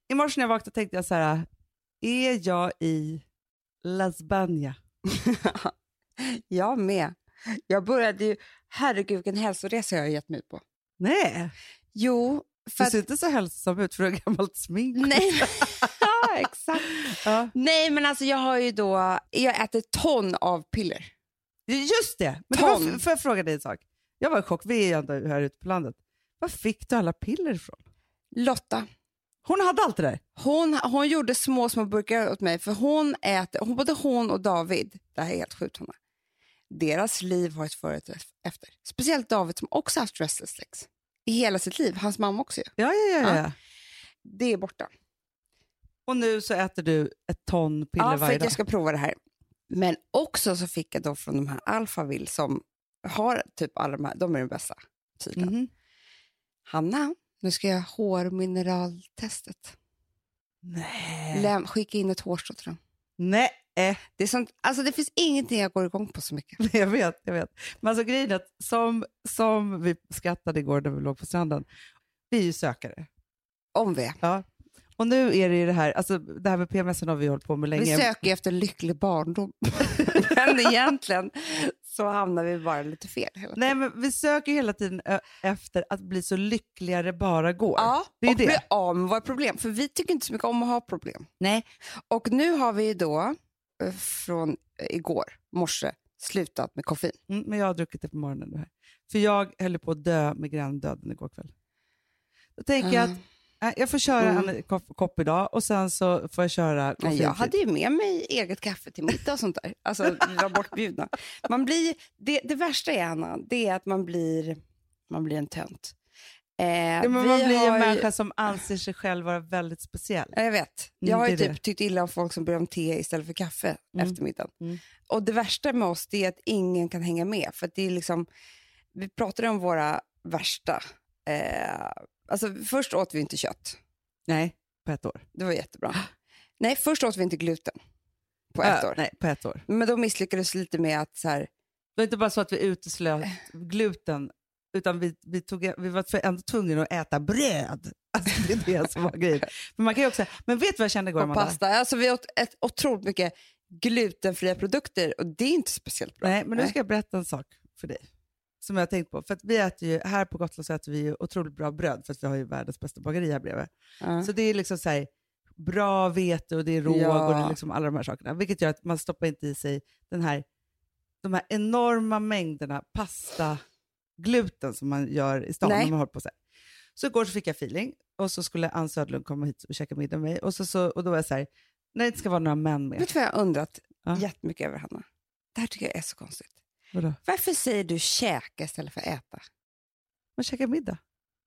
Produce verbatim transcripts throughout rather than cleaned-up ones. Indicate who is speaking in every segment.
Speaker 1: I morse när jag vaknade tänkte jag så här, är jag i Las Banja?
Speaker 2: Jag med. Jag började ju, herregud vilken hälsoresa jag har gett mig på.
Speaker 1: Nej.
Speaker 2: Jo. För
Speaker 1: du
Speaker 2: att...
Speaker 1: ser inte så hälsosam ut för att gammalt smink.
Speaker 2: Nej, ja, exakt.
Speaker 1: Ja.
Speaker 2: Nej, men alltså jag har ju då, jag äter ton av piller.
Speaker 1: Just det. Men det var, får jag fråga dig en sak? Jag var i chock, vi är ju ändå här ute på landet. Var fick du alla piller ifrån?
Speaker 2: Lotta.
Speaker 1: Hon hade allt det där?
Speaker 2: Hon, hon gjorde små, små burkar åt mig. För hon äter, både hon och David, det här är helt sjukt Hanna. Deras liv har ett före och efter. Speciellt David som också haft restless legs. I hela sitt liv, hans mamma också.
Speaker 1: Ja, ja, ja, ja.
Speaker 2: ja. Det är borta.
Speaker 1: Och nu så äter du ett ton piller
Speaker 2: ja,
Speaker 1: varje dag? Ja,
Speaker 2: för att jag ska prova det här. Men också så fick jag då från de här Alphaville som har typ alla de här, de är de bästa tydligen. Mm-hmm. Hanna, nu ska jag hårmineraltestet.
Speaker 1: Nej.
Speaker 2: Läm, skicka in ett hårstrå till dem.
Speaker 1: Nej.
Speaker 2: Det är sånt, alltså det finns ingenting jag går igång på så mycket.
Speaker 1: Jag vet, jag vet. Men alltså grejen är att som, som vi skrattade igår när vi låg på stranden, vi är ju sökare.
Speaker 2: Om vi.
Speaker 1: Ja. Och nu är det ju det här, alltså det här med P M S har vi hållit på med länge.
Speaker 2: Vi söker efter lycklig barndom. Men egentligen så hamnar vi bara lite fel hela tiden.
Speaker 1: Nej, men vi söker hela tiden efter att bli så lyckligare bara går.
Speaker 2: Ja,
Speaker 1: det är
Speaker 2: och
Speaker 1: det.
Speaker 2: bli av med våra problem. För vi tycker inte så mycket om att ha problem.
Speaker 1: Nej.
Speaker 2: Och nu har vi då från igår morse slutat med koffein.
Speaker 1: Mm, men jag har druckit det på morgonen nu här. För jag höll på att dö med granndöden igår kväll. Då tänker uh. jag att äh, jag får köra mm. en kopp, kopp idag och sen så får jag köra koffein.
Speaker 2: Jag hade ju med mig eget kaffe till middag och sånt där. Alltså vi var bortbjudna. Man blir, det, det värsta är, Anna, det är att man blir, man blir en tönt. Eh,
Speaker 1: ja, men man blir
Speaker 2: har...
Speaker 1: en människa som anser sig själv vara väldigt speciell.
Speaker 2: Jag vet. Jag har ju
Speaker 1: mm,
Speaker 2: typ tyckt illa om folk som ber om te istället för kaffe
Speaker 1: mm.
Speaker 2: efter middagen.
Speaker 1: Mm.
Speaker 2: Och det värsta med oss det är att ingen kan hänga med. För att det är liksom, vi pratade om våra värsta. Eh, alltså först åt vi inte kött.
Speaker 1: Nej, på ett år.
Speaker 2: Det var jättebra. Nej, först åt vi inte gluten. På ett
Speaker 1: äh,
Speaker 2: år.
Speaker 1: Nej, på ett år.
Speaker 2: Men då misslyckades lite med att så här... Det
Speaker 1: var inte bara så att vi uteslöt gluten. Utan vi, vi, tog, vi var ändå tvungna att äta bröd. Alltså det är det som var grejen. Men man kan ju också, men vet du vad jag kände igår,
Speaker 2: och pasta. Alltså vi åt ett otroligt mycket glutenfria produkter. Och det är inte speciellt bra.
Speaker 1: Nej, men nu ska jag berätta en sak för dig. Som jag har tänkt på. För att vi äter ju, här på Gotland så äter vi ju otroligt bra bröd. För att vi har ju världens bästa bageri här bredvid. Uh. Så det är liksom så här, bra vete och det är råg ja. Och det är liksom alla de här sakerna. Vilket gör att man stoppar inte i sig den här, de här enorma mängderna pasta gluten som man gör i stan. När man håller på så här. Så igår så fick jag feeling och så skulle Ann Södlund komma hit och käka middag med mig och, så, så, och då var jag så här, nej det ska vara några män med.
Speaker 2: Vet du vad jag har undrat
Speaker 1: ja.
Speaker 2: jättemycket över, Hanna? Det här tycker jag är så konstigt.
Speaker 1: Vadå?
Speaker 2: Varför säger du käka istället för äta?
Speaker 1: Man käkar middag.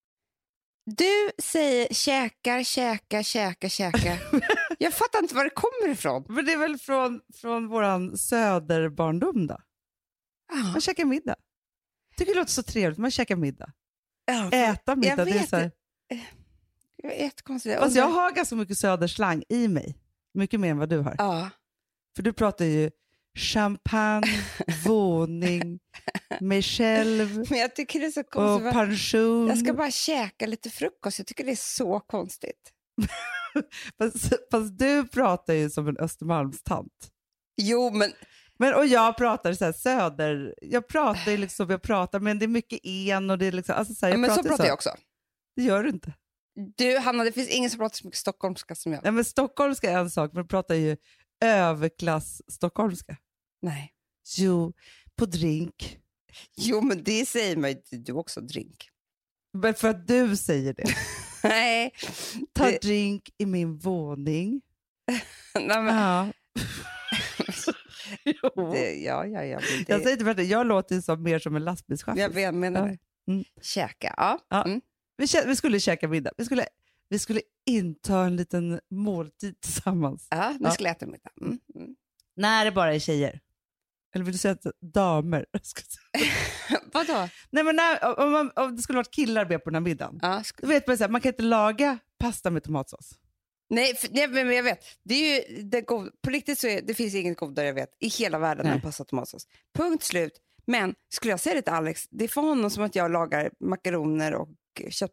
Speaker 2: Du säger käkar, käkar, käkar, käkar. Jag fattar inte var det kommer ifrån.
Speaker 1: Men det är väl från, från våran söderbarndom då?
Speaker 2: Ah.
Speaker 1: Man käkar middag. Tycker det låter så trevligt, man käkar middag.
Speaker 2: Ja,
Speaker 1: Äta middag,
Speaker 2: jag
Speaker 1: det är så här...
Speaker 2: Det är jättekonstigt.
Speaker 1: Fast jag har ganska mycket söderslang i mig. Mycket mer än vad du har.
Speaker 2: Ja.
Speaker 1: För du pratar ju champagne, våning, mig själv.
Speaker 2: Men jag tycker det är så konstigt.
Speaker 1: Och pension.
Speaker 2: Jag ska bara käka lite frukost. Jag tycker det är så konstigt.
Speaker 1: fast, fast du pratar ju som en Östermalmstant.
Speaker 2: Jo, men...
Speaker 1: Men, och jag pratar så här söder, jag pratar ju liksom, jag pratar, men det är mycket en och det är liksom, alltså så här, jag
Speaker 2: men
Speaker 1: pratar
Speaker 2: så pratar
Speaker 1: så.
Speaker 2: jag också.
Speaker 1: Det gör du inte.
Speaker 2: Du, Hanna, det finns ingen som pratar så mycket stockholmska som jag.
Speaker 1: Nej, men stockholmska är en sak, men pratar ju överklass stockholmska.
Speaker 2: Nej.
Speaker 1: Jo, på drink.
Speaker 2: Jo, men det säger man ju du också, drink.
Speaker 1: Men för att du säger det.
Speaker 2: Nej.
Speaker 1: Ta
Speaker 2: det...
Speaker 1: drink i min våning.
Speaker 2: Nej, men...
Speaker 1: Ja.
Speaker 2: Det, ja, ja, ja. Det...
Speaker 1: Jag säger inte för att jag låter som, mer som en lastbilschaffis.
Speaker 2: Jag vet, menar det.
Speaker 1: Ja. Mm.
Speaker 2: Käka, ja.
Speaker 1: ja.
Speaker 2: Mm.
Speaker 1: Vi, vi skulle käka middag. Vi skulle, vi skulle inta en liten måltid tillsammans.
Speaker 2: Ja, vi skulle ja. äta middag. Mm. Mm.
Speaker 1: När det bara är tjejer. Eller vill du säga att damer?
Speaker 2: Vadå?
Speaker 1: Nej, men när, om, man, om det skulle varit killar med på den här middagen.
Speaker 2: Ja, sk-
Speaker 1: då vet man att man kan inte laga pasta med tomatsås.
Speaker 2: Nej, för, nej, men jag vet. Det är ju, det god, på riktigt så är det finns inget godare jag vet i hela världen än pasta och tomatsås. Punkt slut. Men skulle jag säga det till Alex, det är för honom som att jag lagar makaroner och köttbullar.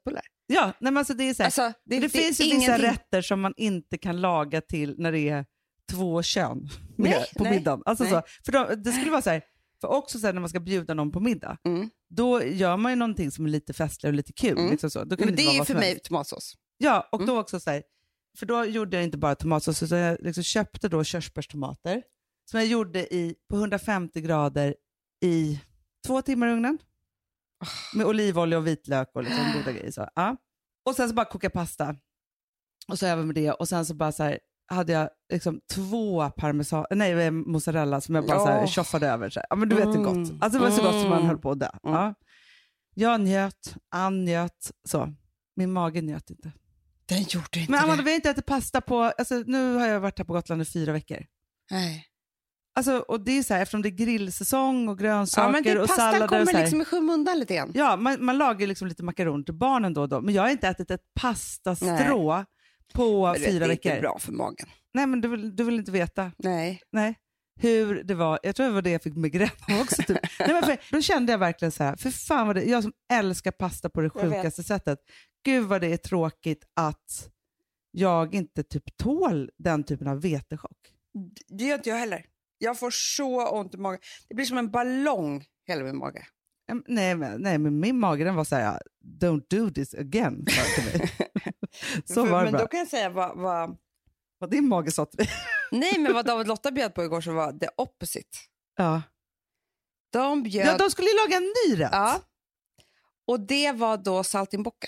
Speaker 1: Ja, nej, men alltså det är så här,
Speaker 2: Alltså, det,
Speaker 1: det, det finns ju
Speaker 2: ingenting.
Speaker 1: vissa rätter som man inte kan laga till när det är två kön med,
Speaker 2: Nej,
Speaker 1: på
Speaker 2: nej,
Speaker 1: middagen. Alltså
Speaker 2: nej.
Speaker 1: så, för då, det skulle vara så här, för också så här, när man ska bjuda någon på middag,
Speaker 2: Mm.
Speaker 1: då gör man ju någonting som är lite festligt och lite kul.
Speaker 2: Mm.
Speaker 1: Liksom så. Då kan
Speaker 2: Men
Speaker 1: det
Speaker 2: det
Speaker 1: inte
Speaker 2: är
Speaker 1: vara
Speaker 2: ju
Speaker 1: vad
Speaker 2: för
Speaker 1: som
Speaker 2: mig
Speaker 1: helst.
Speaker 2: tomatsås.
Speaker 1: Ja, och
Speaker 2: Mm.
Speaker 1: då också så här, för då gjorde jag inte bara tomatsås, utan jag liksom köpte då körsbärstomater som jag gjorde i, på hundrafemtio grader i två timmar i ugnen. Med olivolja och vitlök och liksom goda grejer. Så. Ja. Och sen så bara koka pasta. Och så över med det. Och sen så bara så här, hade jag liksom två parmesan, nej, mozzarella som jag bara så här
Speaker 2: Oh.
Speaker 1: tjoffade över. Så här. Ja, men du vet hur
Speaker 2: Mm.
Speaker 1: gott. Alltså det var så gott som man
Speaker 2: Mm.
Speaker 1: höll på att dö.
Speaker 2: Mm.
Speaker 1: Ja. Jag njöt, Ann njöt, så. Min mage njöt inte.
Speaker 2: Den gjorde inte
Speaker 1: Men Amanda,
Speaker 2: det.
Speaker 1: vi har inte ätit pasta på, alltså nu har jag varit här på Gotland i fyra veckor.
Speaker 2: Nej.
Speaker 1: Alltså, och det är så här, eftersom det är grillsäsong och grönsaker
Speaker 2: Ja, men det,
Speaker 1: och
Speaker 2: pastan
Speaker 1: sallader
Speaker 2: kommer
Speaker 1: och så här.
Speaker 2: liksom i skymundan lite grann.
Speaker 1: Ja, man, man lagar liksom lite makaroner till barnen då och då. Men jag har inte ätit ett pastastrå på
Speaker 2: Men du vet,
Speaker 1: fyra
Speaker 2: det är
Speaker 1: veckor.
Speaker 2: inte bra för magen.
Speaker 1: Nej, men du vill, du vill inte veta.
Speaker 2: Nej.
Speaker 1: Nej. Hur det var. Jag tror det var det jag fick med grepp också. Typ. Nej, men för, då kände jag verkligen så här, för fan vad det, jag som älskar pasta på det
Speaker 2: Jag vet.
Speaker 1: sjukaste sättet. Gud vad det är tråkigt att jag inte typ tål den typen av vetechock.
Speaker 2: Det gör inte jag heller. Jag får så ont i magen. Det blir som en ballong hela min mage.
Speaker 1: Em, Nej, men, nej, men min mage den var så här, don't do this again. sa det till mig. Så
Speaker 2: För,
Speaker 1: var det
Speaker 2: men
Speaker 1: bara.
Speaker 2: då kan jag säga vad... vad...
Speaker 1: Vad din mage sa till dig.
Speaker 2: Nej, men vad David Lotta bjöd på igår så var the opposite.
Speaker 1: Ja.
Speaker 2: De bjöd...
Speaker 1: Ja, de skulle ju laga en ny rätt.
Speaker 2: Ja. Och det var då saltimbocca.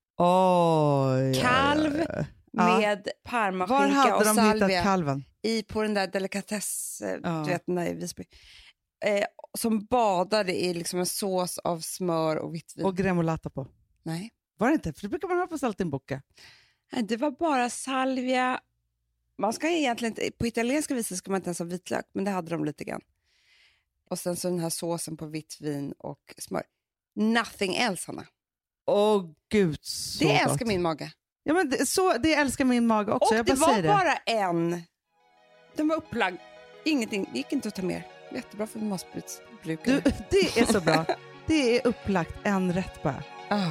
Speaker 1: Oj.
Speaker 2: Kalv
Speaker 1: Ja.
Speaker 2: med
Speaker 1: Var
Speaker 2: parmaskinka
Speaker 1: hade
Speaker 2: och
Speaker 1: de
Speaker 2: salvia
Speaker 1: hittat kalven?
Speaker 2: i på den där delikatess, eh,
Speaker 1: Ja.
Speaker 2: du vet, den där i Visby. Eh, som badade i liksom en sås av smör och vitt vin.
Speaker 1: Och gremolata på.
Speaker 2: Nej.
Speaker 1: Var det inte? För det brukar man ha på saltimbocca.
Speaker 2: Nej, det var bara salvia. Man ska egentligen inte, på italienska viset ska man inte ens ha vitlök, men det hade de lite grann. Och sen så den här såsen på vitt vin och smör. Nothing else, Hanna.
Speaker 1: Åh gud, så
Speaker 2: Det
Speaker 1: gott.
Speaker 2: älskar min mage.
Speaker 1: Ja, men det, så, det älskar min mage också.
Speaker 2: Och
Speaker 1: jag
Speaker 2: det
Speaker 1: bara
Speaker 2: var
Speaker 1: säger det.
Speaker 2: bara en. Den var upplagd. Ingenting, det gick inte att ta mer. Jättebra för matbruksbrukare.
Speaker 1: Du, det är så bra. Det är upplagt en rätt bara.
Speaker 2: Ah.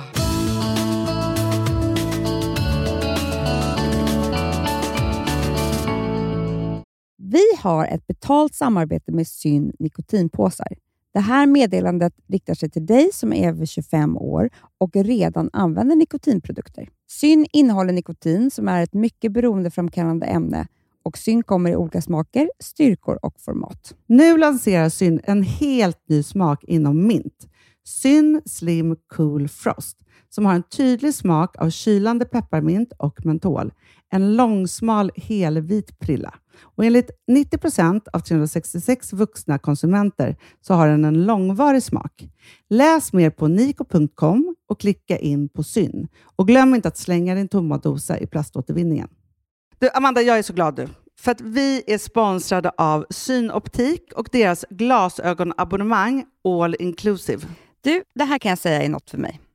Speaker 3: Vi har ett betalt samarbete med Syn nikotinpåsar. Det här meddelandet riktar sig till dig som är över tjugofem år och redan använder nikotinprodukter. Syn innehåller nikotin som är ett mycket beroendeframkallande ämne och Syn kommer i olika smaker, styrkor och format.
Speaker 1: Nu lanserar Syn en helt ny smak inom mint. Syn Slim Cool Frost som har en tydlig smak av kylande pepparmint och mentol. En långsmal helvit prilla. Och enligt nittio procent av trehundrasextiosex vuxna konsumenter så har den en långvarig smak. Läs mer på niko punkt com och klicka in på Syn. Och glöm inte att slänga din tomma dosa i plaståtervinningen. Du, Amanda, jag är så glad du. För att vi är sponsrade av Synoptik och deras glasögonabonnemang All Inclusive.
Speaker 3: Du, det här kan jag säga är något för mig.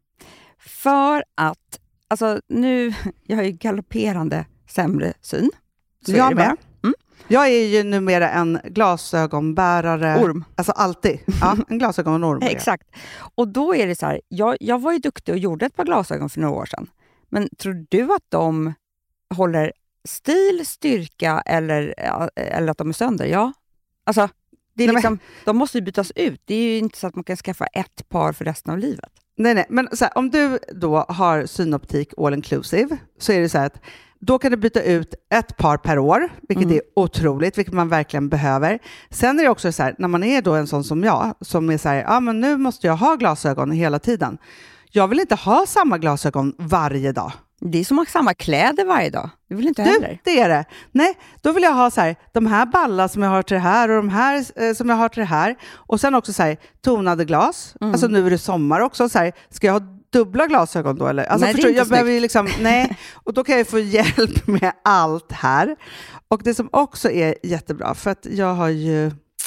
Speaker 3: För att, alltså nu, jag har ju galopperande sämre syn. Så
Speaker 1: Jag
Speaker 3: är det bara.
Speaker 1: med.
Speaker 3: Mm.
Speaker 1: Jag är ju numera en glasögonbärare.
Speaker 3: Orm.
Speaker 1: Alltså alltid. Ja, en glasögonorm.
Speaker 3: Exakt. Och då är det så här, jag, jag var ju duktig och gjorde ett par glasögon för några år sedan. Men tror du att de håller stil, styrka eller, eller att de är sönder? Ja. Alltså, det är
Speaker 1: Nej,
Speaker 3: liksom, de måste ju bytas ut. Det är ju inte så att man kan skaffa ett par för resten av livet.
Speaker 1: Nej, nej. Men så här, om du då har Synoptik All Inclusive så är det så här att då kan du byta ut ett par per år, vilket
Speaker 3: Mm.
Speaker 1: är otroligt, vilket man verkligen behöver. Sen är det också så här, när man är då en sån som jag, som är så här, ja men nu måste jag ha glasögon hela tiden. Jag vill inte ha samma glasögon varje dag.
Speaker 3: Det är som att ha samma kläder varje dag. Det vill inte heller.
Speaker 1: Du, det är det. Nej, då vill jag ha så här, de här balla som jag har till det här och de här eh, som jag har till det här. Och sen också så här, tonade glas.
Speaker 3: Mm.
Speaker 1: Alltså nu är det sommar också. Så här, ska jag ha dubbla glasögon då? Eller? Alltså,
Speaker 3: Nej, det är
Speaker 1: förstår,
Speaker 3: inte
Speaker 1: jag behöver ju
Speaker 3: snyggt.
Speaker 1: liksom, nej. Och då kan jag få hjälp med allt här. Och det som också är jättebra, för att jag har ju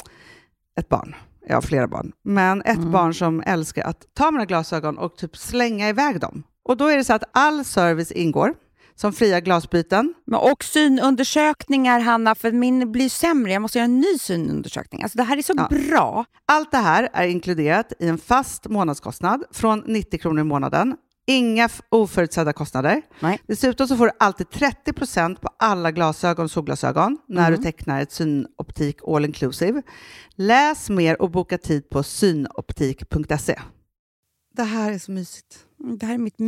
Speaker 1: ett barn. Jag har flera barn. Men ett
Speaker 3: Mm.
Speaker 1: barn som älskar att ta mina glasögon och typ slänga iväg dem. Och då är det så att all service ingår. Som fria glasbyten.
Speaker 3: Men och synundersökningar, Hanna, för min blir sämre. Jag måste göra en ny synundersökning. Alltså det här är så
Speaker 1: Ja.
Speaker 3: bra.
Speaker 1: Allt det här är inkluderat i en fast månadskostnad från nittio kronor i månaden. Inga f- oförutsedda kostnader.
Speaker 3: Nej.
Speaker 1: Dessutom så får du alltid trettio procent på alla glasögon och solglasögon när
Speaker 3: Mm.
Speaker 1: du tecknar ett synoptik all inclusive. Läs mer och boka tid på synoptik punkt se. Det här är så mysigt.
Speaker 3: Det här är mitt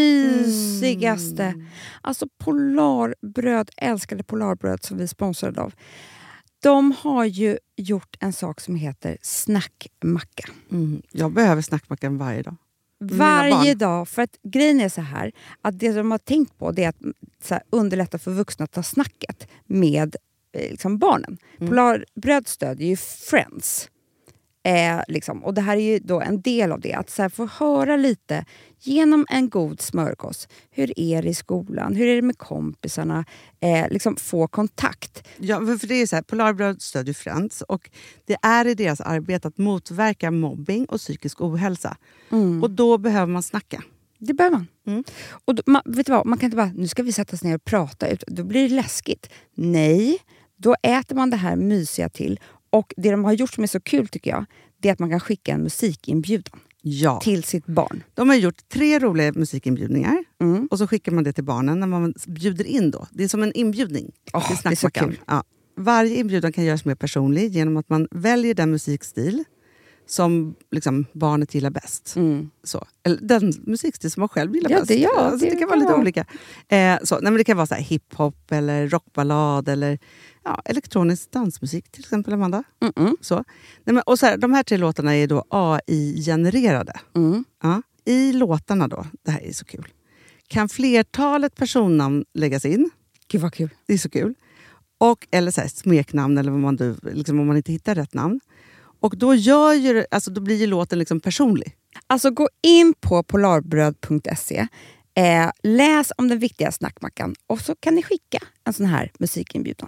Speaker 3: mysigaste.
Speaker 1: Mm.
Speaker 3: Alltså Polarbröd, älskade Polarbröd som vi sponsrade av. De har ju gjort en sak som heter snackmacka.
Speaker 1: Mm. Jag behöver snackmackan varje dag.
Speaker 3: Varje dag. För att grejen är så här, att det de har tänkt på det är att så här, underlätta för vuxna att ta snacket med eh, liksom barnen.
Speaker 1: Mm.
Speaker 3: Polarbröd stödjer ju Friends. Eh, liksom. Och det här är ju då en del av det. Att så här, få höra lite genom en god smörgås. Hur är det i skolan? Hur är det med kompisarna? Eh, liksom få kontakt.
Speaker 1: Ja, för det är så här, Polarbröd stödjer Friends och det är i deras arbete att motverka mobbing och psykisk ohälsa.
Speaker 3: Mm.
Speaker 1: Och då behöver man snacka.
Speaker 3: Det behöver man.
Speaker 1: Mm.
Speaker 3: Och då, man, vet du vad? Man kan inte bara, nu ska vi sätta oss ner och prata. Ut. Då blir det läskigt. Nej, då äter man det här mysiga till. Och det de har gjort som är så kul tycker jag, det är att man kan skicka en musikinbjudan
Speaker 1: Ja.
Speaker 3: till sitt barn.
Speaker 1: De har gjort tre roliga musikinbjudningar
Speaker 3: Mm.
Speaker 1: och så skickar man det till barnen när man bjuder in då. Det är som en inbjudning
Speaker 3: Oh,
Speaker 1: till
Speaker 3: det är så
Speaker 1: snackmackan.
Speaker 3: kul.
Speaker 1: Ja. Varje inbjudan kan göras mer personlig genom att man väljer den musikstil som liksom barnet gillar bäst.
Speaker 3: Mm.
Speaker 1: Så. Eller den musikstil som man själv gillar
Speaker 3: Ja,
Speaker 1: bäst.
Speaker 3: det- ja,
Speaker 1: alltså, det,
Speaker 3: det
Speaker 1: kan
Speaker 3: kan
Speaker 1: vara lite
Speaker 3: vara.
Speaker 1: olika. Eh, så. Nej, men det kan vara så här hiphop eller rockballad eller ja, elektronisk dansmusik till exempel, Amanda.
Speaker 3: Mm-mm.
Speaker 1: Så. Nej, men, och så här, de här tre låtarna är då A I-genererade.
Speaker 3: Mm.
Speaker 1: Ja. I låtarna då, det här är så kul, kan flertalet personnamn läggas in.
Speaker 3: Gud vad kul.
Speaker 1: Det är så kul. Och, eller så här, smeknamn, eller vad man, du, liksom, om man inte hittar rätt namn. Och då, gör ju, det- alltså, då blir ju låten liksom personlig.
Speaker 3: Alltså gå in på polarbröd punkt se. Eh, läs om den viktiga snackmackan. Och så kan ni skicka en sån här musikinbjudan.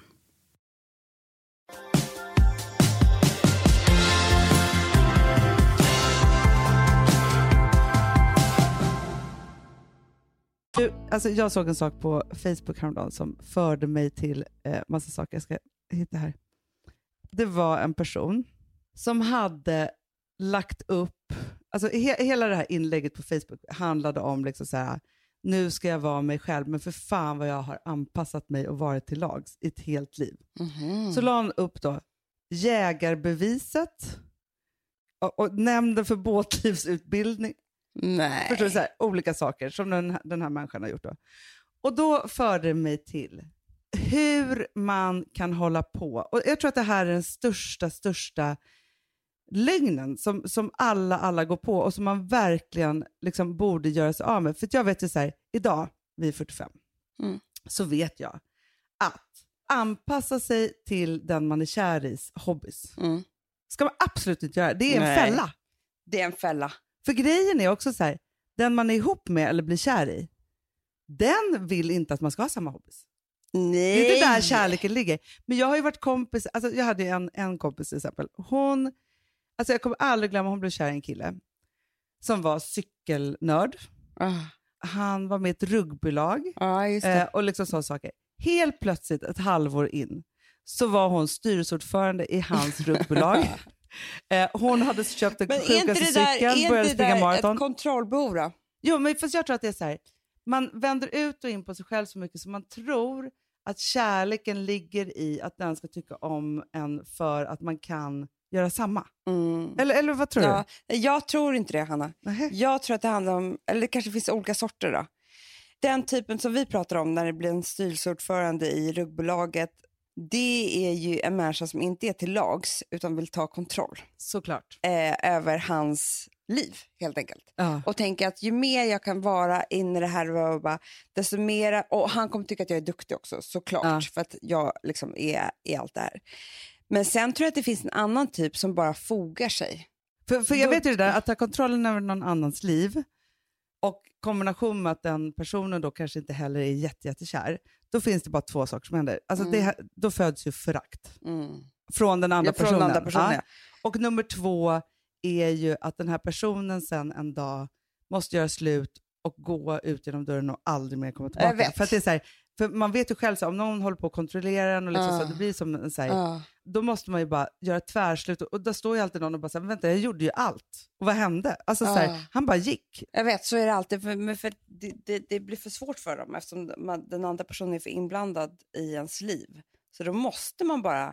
Speaker 1: Du, alltså, jag såg en sak på Facebook häromdagen som förde mig till eh, massa saker. Jag ska hitta här. Det var en person som hade lagt upp... Alltså, he, hela det här inlägget på Facebook handlade om liksom så här, nu ska jag vara mig själv, men för fan vad jag har anpassat mig och varit till lags i ett helt liv.
Speaker 3: Mm.
Speaker 1: Så la han upp då jägarbeviset och, och nämnden för båtlivsutbildning.
Speaker 2: Nej.
Speaker 1: Förstår du, så här, olika saker som den, den här människan har gjort då. Och då förde det mig till hur man kan hålla på. Och jag tror att det här är den största, största lögnen som, som alla, alla går på och som man verkligen liksom borde göra sig av med. För att jag vet ju så här, idag, vi är fyrtiofem,
Speaker 2: Mm.
Speaker 1: så vet jag att anpassa sig till den man är kär i hobbys
Speaker 2: Mm.
Speaker 1: ska man absolut inte göra. Det är en
Speaker 2: Nej.
Speaker 1: fälla.
Speaker 2: Det är en fälla.
Speaker 1: För grejen är också så här, den man är ihop med eller blir kär i, den vill inte att man ska ha samma hobbys.
Speaker 2: Nej.
Speaker 1: Det är inte där kärleken ligger. Men jag har ju varit kompis, alltså jag hade ju en, en kompis till exempel. Hon, alltså jag kommer aldrig glömma, hon blev kär i en kille som var cykelnörd.
Speaker 2: Ah.
Speaker 1: Han var med i ett rugbylag
Speaker 2: Ja, just det.
Speaker 1: eh, och liksom sådana saker. Helt plötsligt, ett halvår in, så var hon styrelseordförande i hans rugbylag. Eh, hon hade köpt den
Speaker 2: Men är inte
Speaker 1: sjukaste
Speaker 2: det där,
Speaker 1: cykeln,
Speaker 2: är
Speaker 1: började
Speaker 2: inte det
Speaker 1: springa
Speaker 2: där
Speaker 1: maraton.
Speaker 2: ett kontrollbehov då?
Speaker 1: Jo, men fast jag tror att det är så här. Man vänder ut och in på sig själv så mycket så man tror att kärleken ligger i att den ska tycka om en för att man kan göra samma.
Speaker 2: Mm.
Speaker 1: Eller, eller vad tror
Speaker 2: Ja, jag tror inte det, Hanna.
Speaker 1: du? Nähä.
Speaker 2: Jag tror att det handlar om, eller det kanske finns olika sorter då. Den typen som vi pratar om när det blir en styrelseordförande i rugbolaget, det är ju en människa som inte är till lags utan vill ta kontroll
Speaker 1: Såklart.
Speaker 2: eh, över hans liv helt enkelt.
Speaker 1: Ja.
Speaker 2: Och tänka att ju mer jag kan vara inne i det här och bara, desto mera, och han kommer tycka att jag är duktig också såklart,
Speaker 1: Ja.
Speaker 2: för att jag liksom är i allt det här. Men sen tror jag att det finns en annan typ som bara fogar sig.
Speaker 1: För, för jag
Speaker 2: Då-
Speaker 1: vet ju det där, att ta kontrollen över någon annans liv och kombination med att den personen då kanske inte heller är jätte, jättekär, då finns det bara två saker som händer. Alltså
Speaker 2: Mm.
Speaker 1: det, då föds ju förakt
Speaker 2: Mm.
Speaker 1: från den andra
Speaker 2: Ja, från
Speaker 1: personen.
Speaker 2: den andra personen,
Speaker 1: Ja. Och nummer två är ju att den här personen sen en dag måste göra slut och gå ut genom dörren och aldrig mer komma tillbaka.
Speaker 2: Jag vet.
Speaker 1: För att det är så här, För man vet ju själv så om någon håller på att kontrollera en och liksom uh. så, det blir som en så här, uh. då måste man ju bara göra ett tvärslut och, och där står ju alltid någon och bara så här, vänta, jag gjorde ju allt. Och vad hände? Alltså uh. så här, han bara gick.
Speaker 2: Jag vet, så är det alltid, för, för det, det, det blir för svårt för dem eftersom man, den andra personen är för inblandad i ens liv. Så då måste man bara...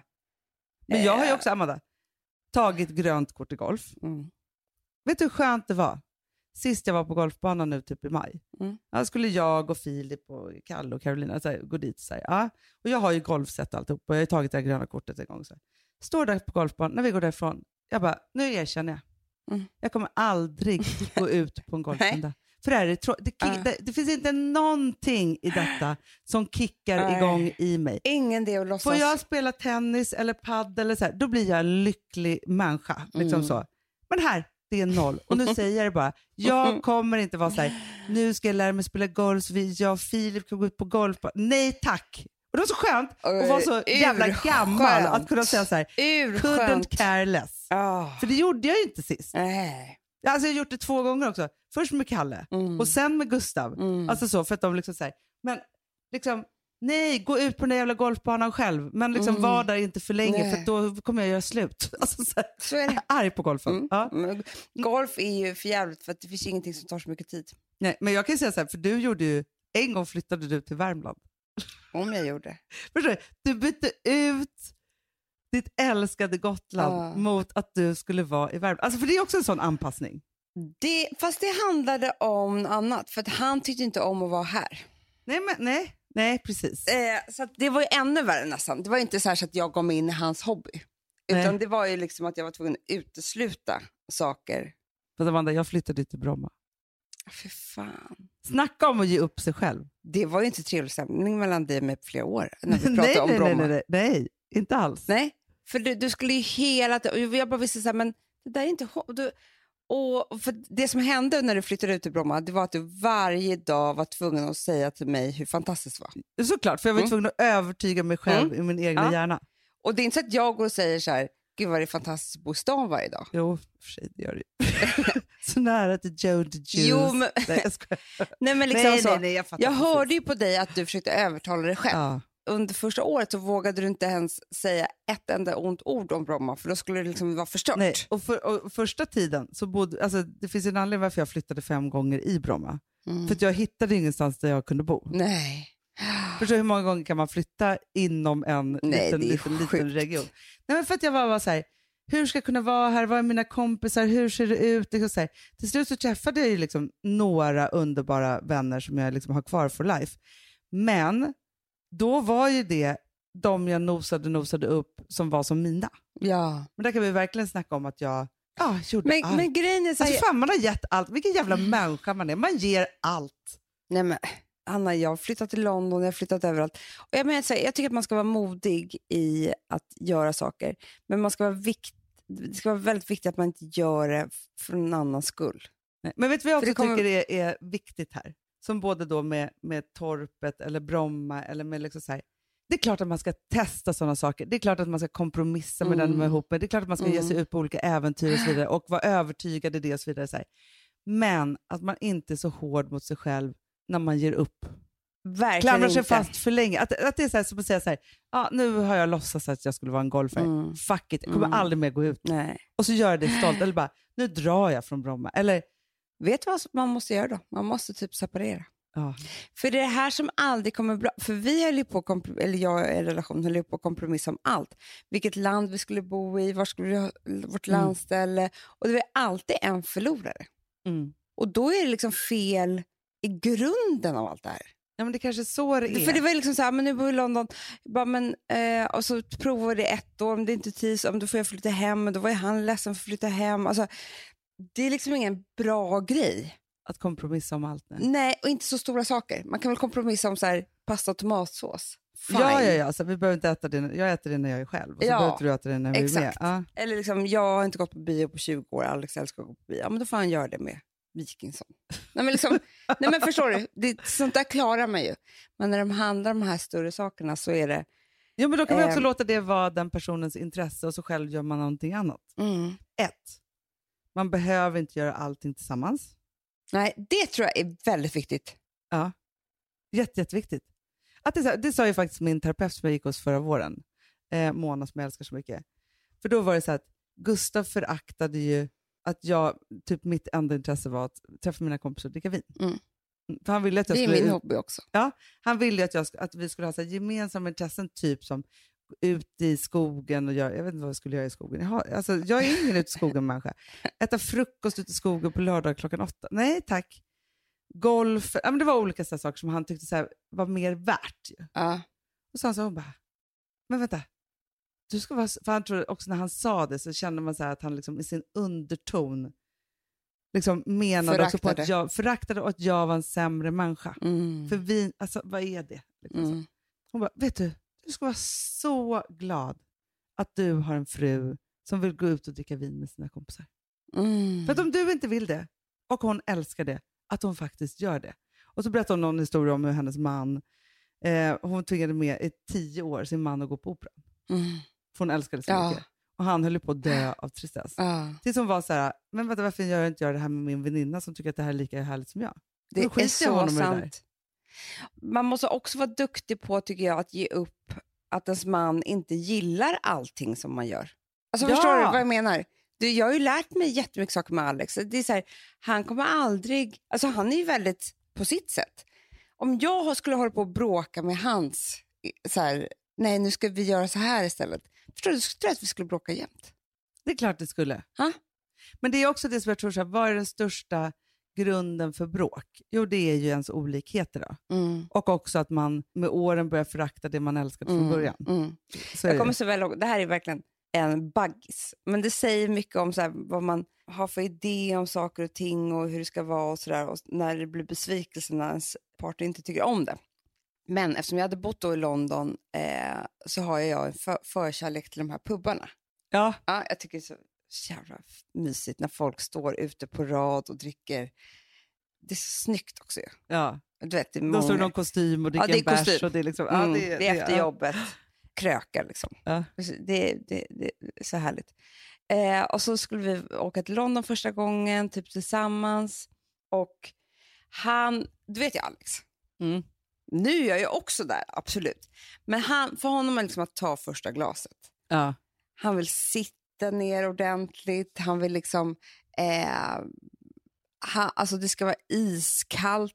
Speaker 1: Men jag har ju också, Amanda, tagit grönt kort i golf.
Speaker 2: Mm.
Speaker 1: Vet du hur skönt det var? Sist jag var på golfbanan nu typ i maj.
Speaker 2: Mm.
Speaker 1: Då skulle jag och Filip och Kalle och Carolina så här, gå dit. Så här, ja. Och jag har ju golfset alltihop och jag har tagit det här gröna kortet en gång. Så här. Står där på golfbanan, när vi går därifrån. Jag bara, nu erkänner jag.
Speaker 2: Mm.
Speaker 1: Jag kommer aldrig gå ut på en golfrunda. För det, här är tro- det, kick- uh. det, det finns inte någonting i detta som kickar uh. igång i mig.
Speaker 2: Ingen det att låtsas.
Speaker 1: Får jag spela tennis eller paddel eller så här, då blir jag en lycklig människa. Liksom
Speaker 2: mm.
Speaker 1: så. Men här, det är noll. Och nu säger jag det bara, jag kommer inte vara så här, nu ska jag lära mig spela golf så vi, jag och Filip kan gå ut på golf. Nej tack. Och det var så skönt att vara så jävla gammal att kunna säga så här, couldn't care less.
Speaker 2: Oh.
Speaker 1: För det gjorde jag ju inte sist.
Speaker 2: Nej.
Speaker 1: Alltså jag har gjort det två gånger också. Först med Kalle
Speaker 2: mm.
Speaker 1: och sen med Gustav.
Speaker 2: Mm.
Speaker 1: Alltså så, för att de liksom säger, men liksom, nej, gå ut på den jävla golfbanan själv. Men liksom
Speaker 2: mm.
Speaker 1: var där inte för länge
Speaker 2: nej.
Speaker 1: för då kommer jag göra slut. Alltså så, här,
Speaker 2: så är det.
Speaker 1: Arg på golfen.
Speaker 2: Mm.
Speaker 1: Ja.
Speaker 2: Men golf är ju för jävligt för att det finns ingenting som tar så mycket tid.
Speaker 1: Nej, men jag kan säga så här, för du gjorde ju, en gång flyttade du till Värmland.
Speaker 2: Om jag gjorde.
Speaker 1: Förstår du? Du bytte ut ditt älskade Gotland uh. mot att du skulle vara i Värmland. Alltså för det är också en sån anpassning.
Speaker 2: Det, fast det handlade om annat. För att han tyckte inte om att vara här.
Speaker 1: Nej, men nej. Nej, precis.
Speaker 2: Eh, så att det var ju ännu värre nästan. Det var inte så här så att jag gav mig in i hans hobby. Utan nej. Det var ju liksom att jag var tvungen att utesluta saker.
Speaker 1: För Amanda, jag flyttade till Bromma.
Speaker 2: För fan.
Speaker 1: Snacka om att ge upp sig själv.
Speaker 2: Det var ju inte trevlig stämning mellan dig och mig på flera år. När vi pratade
Speaker 1: nej,
Speaker 2: om
Speaker 1: nej,
Speaker 2: Bromma.
Speaker 1: Nej, nej, nej, nej, inte alls.
Speaker 2: Nej, för du, du skulle ju hela tiden... Jag bara visste så här, men det där är inte... Du, och för det som hände när du flyttade ut till Bromma, det var att du varje dag var tvungen att säga till mig hur fantastiskt det var.
Speaker 1: Såklart, för jag var mm. tvungen att övertyga mig själv mm. i min egna ja. hjärna.
Speaker 2: Och det är inte så att jag går och säger så här, gud vad det är fantastiskt att bo i stan varje dag.
Speaker 1: Jo, för sig det gör det. Så nära till Joe the Juice.
Speaker 2: Jo, men...
Speaker 1: nej, jag skojar.
Speaker 2: nej, men liksom
Speaker 1: nej,
Speaker 2: så.
Speaker 1: Nej, nej, jag
Speaker 2: jag hörde ju på dig att du försökte övertala dig själv.
Speaker 1: Ja.
Speaker 2: Under första året så vågade du inte ens säga ett enda ont ord om Bromma, för då skulle det liksom vara förstört.
Speaker 1: Nej, och, för, och första tiden så bodde, alltså det finns en anledning varför jag flyttade fem gånger i Bromma. Mm. För att jag hittade ingenstans där jag kunde bo.
Speaker 2: Nej.
Speaker 1: Förstår hur många gånger kan man flytta inom en
Speaker 2: Nej,
Speaker 1: liten, liten, liten region? Nej, men för att jag var, var så här, hur ska jag kunna vara här? Vad är mina kompisar? Hur ser det ut? Liksom så här. Till slut så träffade jag ju liksom några underbara vänner som jag liksom har kvar for life. Men då var ju det de jag nosade nosade upp som var som mina.
Speaker 2: Ja.
Speaker 1: Men där kan vi verkligen snacka om att jag ja, gjorde
Speaker 2: men,
Speaker 1: allt.
Speaker 2: Men grejen är så här...
Speaker 1: Alltså fan, man har gett allt. Vilken jävla mm. människa man är. Man ger allt.
Speaker 2: Nej men Anna, jag har flyttat till London, jag har flyttat överallt. Och jag, menar, så här, jag tycker att man ska vara modig i att göra saker. Men man ska vara vikt, det ska vara väldigt viktigt att man inte gör det för någon annans skull.
Speaker 1: Nej. Men vet du vad jag också
Speaker 2: kommer...
Speaker 1: tycker är, är viktigt här? Som både då med, med Torpet eller Bromma eller med liksom så här. Det är klart att man ska testa sådana saker. Det är klart att man ska kompromissa med mm. den man är ihop med. Det är klart att man ska mm. ge sig ut på olika äventyr och så vidare. Och vara övertygad i det och så vidare. Så här. Men att man inte är så hård mot sig själv när man ger upp.
Speaker 2: Verkligen
Speaker 1: klamrar sig
Speaker 2: inte.
Speaker 1: fast för länge. Att, att det är så här, som att säga så här, ah, nu har jag låtsats att jag skulle vara en golfare. Mm. Fuck it, jag kommer mm. aldrig mer gå ut.
Speaker 2: Nej.
Speaker 1: Och så gör jag det stolt. Eller bara, nu drar jag från Bromma. Eller,
Speaker 2: vet du vad man måste göra då? Man måste typ separera.
Speaker 1: Ja.
Speaker 2: För det är det här som aldrig kommer bra. För vi höll ju på, komprom- eller jag i en relation höll ju på att kompromissa om allt. Vilket land vi skulle bo i, var skulle vi ha vårt
Speaker 1: Mm.
Speaker 2: landställe. Och det var alltid en förlorare.
Speaker 1: Mm.
Speaker 2: Och då är det liksom fel i grunden av allt det här.
Speaker 1: Ja, men det kanske är så det är.
Speaker 2: För det var liksom så här, men nu bor vi i London. Bara, men, eh, och så provade det ett år, om det inte tid, om då får jag flytta hem. Och då var ju han ledsen för att flytta hem. Alltså, det är liksom ingen bra grej.
Speaker 1: Att kompromissa om allt. Nej,
Speaker 2: nej, och inte så stora saker. Man kan väl kompromissa om så här, pasta och tomatsås. Fine.
Speaker 1: Ja, ja, ja. Alltså, vi behöver inte äta det. Jag äter det när jag är själv. Och så
Speaker 2: ja,
Speaker 1: behöver inte du äta det när vi är med. Ja.
Speaker 2: Eller liksom, jag har inte gått på bio på tjugo år. Alex älskar att gå på bio. Ja, men då får han göra det med Wikingsson. Nej, men, liksom, nej, men förstår du? Det, sånt där klarar man ju. Men när de handlar om de här större sakerna så är det...
Speaker 1: Jo, men då kan vi också
Speaker 2: eh,
Speaker 1: låta det vara den personens intresse och så själv gör man någonting annat.
Speaker 2: Mm.
Speaker 1: Ett, man behöver inte göra allting tillsammans.
Speaker 2: Nej, det tror jag är väldigt viktigt.
Speaker 1: Ja, Jätte, jätteviktigt. Att det, det sa ju faktiskt min terapeut som jag gick hos förra våren. Eh, Mona som jag älskar så mycket. För då var det så att Gustav föraktade ju att jag, typ mitt enda intresse var att träffa mina kompisar och dricka vin.
Speaker 2: Mm.
Speaker 1: För han ville att jag
Speaker 2: det är
Speaker 1: skulle,
Speaker 2: min hobby också.
Speaker 1: Ja, han ville att, jag, att vi skulle ha så här gemensamma intressen, typ som ut i skogen och göra, jag vet inte vad jag skulle göra i skogen. Jag, har, alltså, jag är ingen ut i skogen människa. Äta frukost ute i skogen på lördag klockan åtta. Nej tack. Golf, ja, men det var olika så här saker som han tyckte så här, var mer värt. Ju.
Speaker 2: Ja.
Speaker 1: Och så han sa hon bara, men vänta. Du ska vara, för han tror också när han sa det så kände man så här att han liksom i sin underton liksom menade föraktade. Också på att jag föraktade och att jag var en sämre människa.
Speaker 2: Mm.
Speaker 1: För vin, alltså vad är det? Liksom
Speaker 2: mm.
Speaker 1: Hon bara, vet du, du ska vara så glad att du har en fru som vill gå ut och dricka vin med sina kompisar.
Speaker 2: Mm.
Speaker 1: För att om du inte vill det och hon älskar det, att hon faktiskt gör det. Och så berättade hon någon historia om hur hennes man, eh, hon tvingade med i tio år sin man att gå på operan.
Speaker 2: Mm.
Speaker 1: För hon älskade så
Speaker 2: ja.
Speaker 1: mycket. Och han höll på att dö av tristess.
Speaker 2: Ja.
Speaker 1: Tills hon var så här, men vänta, varför gör jag inte jag det här med min väninna som tycker att det här är lika härligt som jag?
Speaker 2: Det är så sant. Man måste också vara duktig på, tycker jag, att ge upp att ens man inte gillar allting som man gör. Alltså
Speaker 1: ja.
Speaker 2: Förstår du vad jag menar? Du, jag har ju lärt mig jättemycket saker med Alex. Det är så här, han kommer aldrig, alltså han är ju väldigt på sitt sätt. Om jag skulle hålla på och bråka med hans, så här, nej nu ska vi göra så här istället. Förstår du, jag tror att vi skulle bråka jämt.
Speaker 1: Det är klart det skulle.
Speaker 2: Ha?
Speaker 1: Men det är också det som jag tror, så här, vad är den största grunden för bråk? Jo, det är ju ens olikheter då.
Speaker 2: Mm.
Speaker 1: Och också att man med åren börjar förakta det man älskade från
Speaker 2: mm.
Speaker 1: början.
Speaker 2: Mm. Så jag kommer så väl ihåg, det här är verkligen en baggis. Men det säger mycket om så här, vad man har för idé om saker och ting och hur det ska vara och sådär. Och när det blir besvikelse när ens partner inte tycker om det. Men eftersom jag hade bott då i London eh, så har jag en för- förkärlek till de här pubbarna.
Speaker 1: Ja.
Speaker 2: Ja, jag tycker det är så jävla mysigt när folk står ute på rad och dricker. Det är så snyggt också ju.
Speaker 1: Ja.
Speaker 2: Du vet, det är många...
Speaker 1: Då står det någon kostym och dricker
Speaker 2: ja,
Speaker 1: en bärs. Och det är, liksom,
Speaker 2: mm,
Speaker 1: ja, det,
Speaker 2: det är efter
Speaker 1: ja.
Speaker 2: jobbet. Krökar liksom.
Speaker 1: Ja.
Speaker 2: Det, det, det är så härligt. Eh, och så skulle vi åka till London första gången, typ tillsammans. Och han, du vet ju Alex.
Speaker 1: Mm.
Speaker 2: Nu är jag ju också där, absolut. Men han, för honom är liksom att ta första glaset.
Speaker 1: Ja.
Speaker 2: Han vill sitta ner ordentligt. Han vill liksom... Eh, han, alltså det ska vara iskallt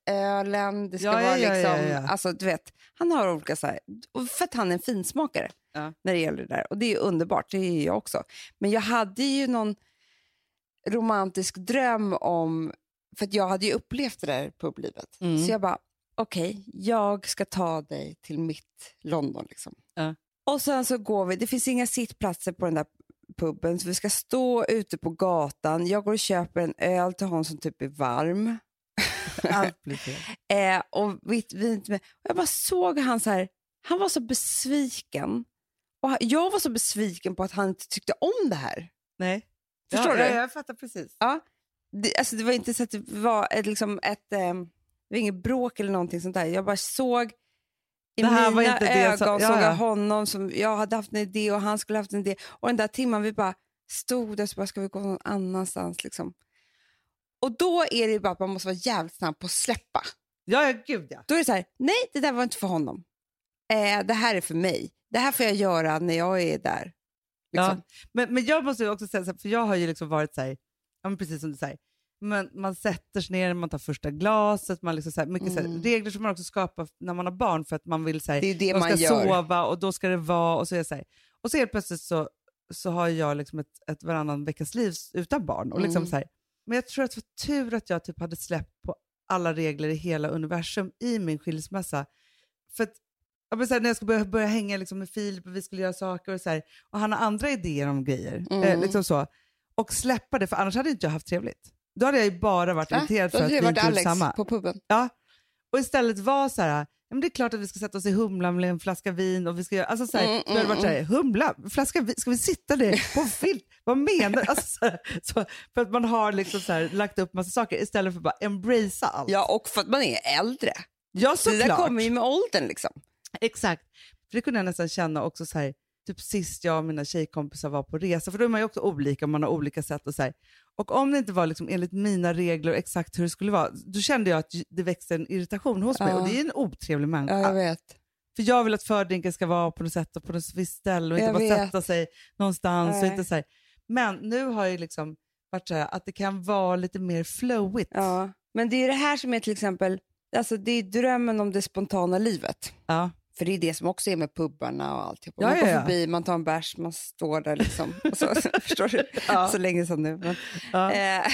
Speaker 2: ölen. Det ska
Speaker 1: ja,
Speaker 2: vara
Speaker 1: ja,
Speaker 2: liksom...
Speaker 1: ja, ja.
Speaker 2: Alltså du vet, han har olika så här... För att han är en finsmakare
Speaker 1: ja.
Speaker 2: när det gäller det där. Och det är ju underbart, det är jag också. Men jag hade ju någon romantisk dröm om... För att jag hade ju upplevt det där publivet.
Speaker 1: Mm.
Speaker 2: Så jag bara... Okej, okay, jag ska ta dig till mitt London liksom.
Speaker 1: Ja.
Speaker 2: Och sen så går vi, det finns inga sittplatser på den där puben så vi ska stå ute på gatan. Jag går och köper en öl till hon som typ är varm.
Speaker 1: Allt blir fel.
Speaker 2: eh, och, vi, vi, och jag bara såg han så här, han var så besviken. Och jag var så besviken på att han inte tyckte om det här.
Speaker 1: Nej.
Speaker 2: Förstår
Speaker 1: ja,
Speaker 2: du?
Speaker 1: Ja, jag fattar precis.
Speaker 2: Ja, det, alltså det var inte så att det var ett, liksom ett... Eh, det var inget bråk eller någonting sånt där. Jag bara såg i
Speaker 1: det här
Speaker 2: mina
Speaker 1: var inte
Speaker 2: ögon
Speaker 1: det som, ja,
Speaker 2: såg jag
Speaker 1: ja.
Speaker 2: honom som jag hade haft en idé och han skulle haft en idé. Och den där timman vi bara stod där så bara ska vi gå någon annanstans liksom. Och då är det ju bara att man måste vara jävligt snabb på att släppa.
Speaker 1: Ja, ja, gud ja.
Speaker 2: Då är det så här, nej det där var inte för honom. Eh, det här är för mig. Det här får jag göra när jag är där. Liksom.
Speaker 1: Ja. Men, men jag måste ju också säga, för jag har ju liksom varit så här, ja, men precis som du säger. Men man sätter sig ner, man tar första glaset, man liksom så här, mycket mm. så här, regler som man också skapar när man har barn för att man vill så här,
Speaker 2: det är det
Speaker 1: de
Speaker 2: man
Speaker 1: ska
Speaker 2: gör.
Speaker 1: sova och då ska det vara och så är det så här. Och så helt plötsligt så, så har jag liksom ett, ett varannan veckas liv utan barn och liksom mm. så här. Men jag tror att det var tur att jag typ hade släppt på alla regler i hela universum i min skilsmässa. För att jag vill säga, när jag ska börja, börja hänga liksom med Filip och vi skulle göra saker och så här, och han har andra idéer om grejer
Speaker 2: mm.
Speaker 1: eh, liksom så, och släppa det, för annars hade inte jag haft trevligt. Då hade jag ju bara varit irriterad för att vi inte gjorde samma.
Speaker 2: På puben.
Speaker 1: Ja. Och istället var så här, ja, men det är klart att vi ska sätta oss i Humlan med en flaska vin och vi ska göra, alltså så här, mm, mm, varit så här, Humla, flaska vin, ska vi sitta där på film? Vad menar du? Alltså, så här, så, för att man har liksom så här, lagt upp massa saker istället för att bara embracea allt.
Speaker 2: Ja, och för att man är äldre.
Speaker 1: Ja, såklart.
Speaker 2: Det där kommer ju med åldern liksom.
Speaker 1: Exakt. För det kunde jag nästan känna också så här, typ sist jag och mina tjejkompisar var på resa, för då är man ju också olika, man har olika sätt och så här. Och om det inte var liksom enligt mina regler exakt hur det skulle vara, då kände jag att det växte en irritation hos mig,
Speaker 2: ja.
Speaker 1: och det är en otrevlig människa.
Speaker 2: Ja, jag vet.
Speaker 1: För jag vill att fördrinken ska vara på något sätt och på något visst ställe och inte
Speaker 2: Jag
Speaker 1: bara
Speaker 2: vet.
Speaker 1: sätta sig någonstans. Och
Speaker 2: Nej.
Speaker 1: inte så här. Men nu har jag liksom varit så här att det kan vara lite mer flowigt.
Speaker 2: Ja. Men det är det här som är till exempel, alltså det är drömmen om det spontana livet.
Speaker 1: Ja.
Speaker 2: För det är det som också är med pubbarna och allt. Man
Speaker 1: Ja,
Speaker 2: går
Speaker 1: ja, ja.
Speaker 2: förbi, man tar en bärs, man står där liksom. Och så, förstår du?
Speaker 1: Ja.
Speaker 2: Så länge sedan nu. Men,
Speaker 1: Ja.
Speaker 2: eh,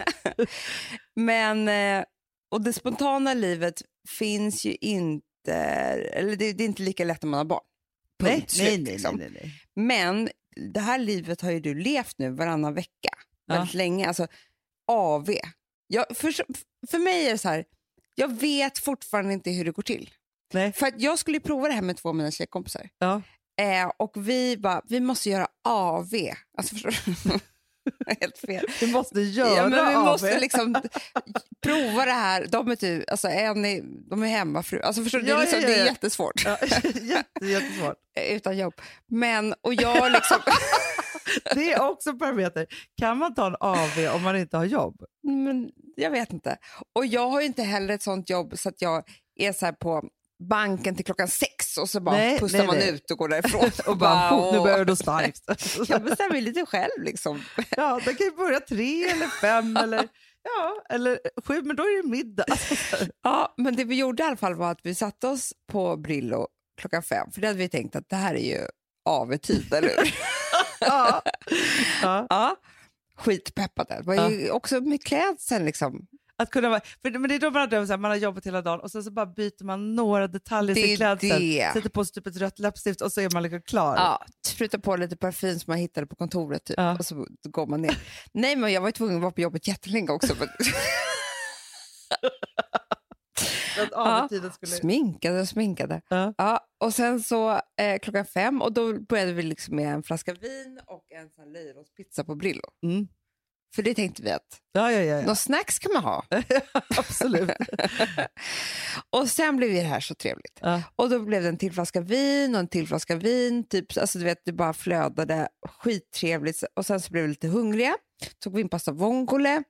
Speaker 2: men eh, och det spontana livet finns ju inte, eller det, det är inte lika lätt när man har barn.
Speaker 1: Nej,
Speaker 2: Punkt slut,
Speaker 1: nej, nej,
Speaker 2: liksom.
Speaker 1: nej, nej.
Speaker 2: Men det här livet har ju du levt nu varannan vecka.
Speaker 1: Ja.
Speaker 2: Väldigt länge. Alltså A V. Jag, för, för mig är det så här, jag vet fortfarande inte hur det går till.
Speaker 1: Nej.
Speaker 2: För att jag skulle prova det här med två av mina tjejkompisar.
Speaker 1: Ja.
Speaker 2: Eh, och vi bara, vi måste göra A V. Alltså förstår du? Helt fel.
Speaker 1: Vi måste göra
Speaker 2: Ja, men vi
Speaker 1: av
Speaker 2: måste
Speaker 1: er.
Speaker 2: liksom prova det här. De är, typ, alltså, en är, de är hemmafru. Alltså förstår du?
Speaker 1: Ja,
Speaker 2: det, är liksom,
Speaker 1: ja, ja.
Speaker 2: det är jättesvårt.
Speaker 1: Ja, jätte, jättesvårt.
Speaker 2: Utan jobb. Men, och jag liksom...
Speaker 1: Det är också parameter. Kan man ta en A V om man inte har jobb?
Speaker 2: Men jag vet inte. Och jag har ju inte heller ett sånt jobb så att jag är så här på banken till klockan sex och så bara
Speaker 1: Nej,
Speaker 2: pustar
Speaker 1: nej,
Speaker 2: man
Speaker 1: nej.
Speaker 2: ut och går därifrån.
Speaker 1: Och bara,
Speaker 2: och,
Speaker 1: nu börjar du starkt.
Speaker 2: jag bestämmer lite själv liksom.
Speaker 1: Ja, det kan ju börja tre eller fem eller, ja, eller sju, men då är det middag. Alltså,
Speaker 2: Ja, men det vi gjorde i alla fall var att vi satte oss på Brillo klockan fem. För det hade vi tänkt att det här är ju A V-tid, eller hur?
Speaker 1: ja. Ja.
Speaker 2: Ja, skitpeppade. Det var ju också med klädseln liksom.
Speaker 1: Att kunna vara, för, men det är då man har, drömt, så här, man har jobbat hela dagen och sen så bara byter man några detaljer
Speaker 2: Det
Speaker 1: i
Speaker 2: är
Speaker 1: klädseln.
Speaker 2: det.
Speaker 1: Sätter på sig typ ett rött läppstift och så är man liksom klar.
Speaker 2: Ja, spruta på lite parfym som man hittade på kontoret typ.
Speaker 1: Ja.
Speaker 2: Och så går man ner. Nej, men jag var ju tvungen att vara på jobbet jättelänge också. Men...
Speaker 1: Att
Speaker 2: ja,
Speaker 1: tiden skulle...
Speaker 2: sminkade och sminkade.
Speaker 1: Ja.
Speaker 2: Ja, och sen så eh, klockan fem och då började vi liksom med en flaska vin och en sån löjromspizza på Brillo.
Speaker 1: Mm.
Speaker 2: För det tänkte vi att
Speaker 1: Ja, ja, ja. ja.
Speaker 2: någon snacks kan man ha.
Speaker 1: Absolut.
Speaker 2: Och sen blev det här så trevligt.
Speaker 1: Ja.
Speaker 2: Och då blev det en till flaska vin och en till flaska vin. Typ, alltså du vet, det bara flödade skittrevligt. Och sen så blev vi lite hungriga. Tog vi in pasta vongole.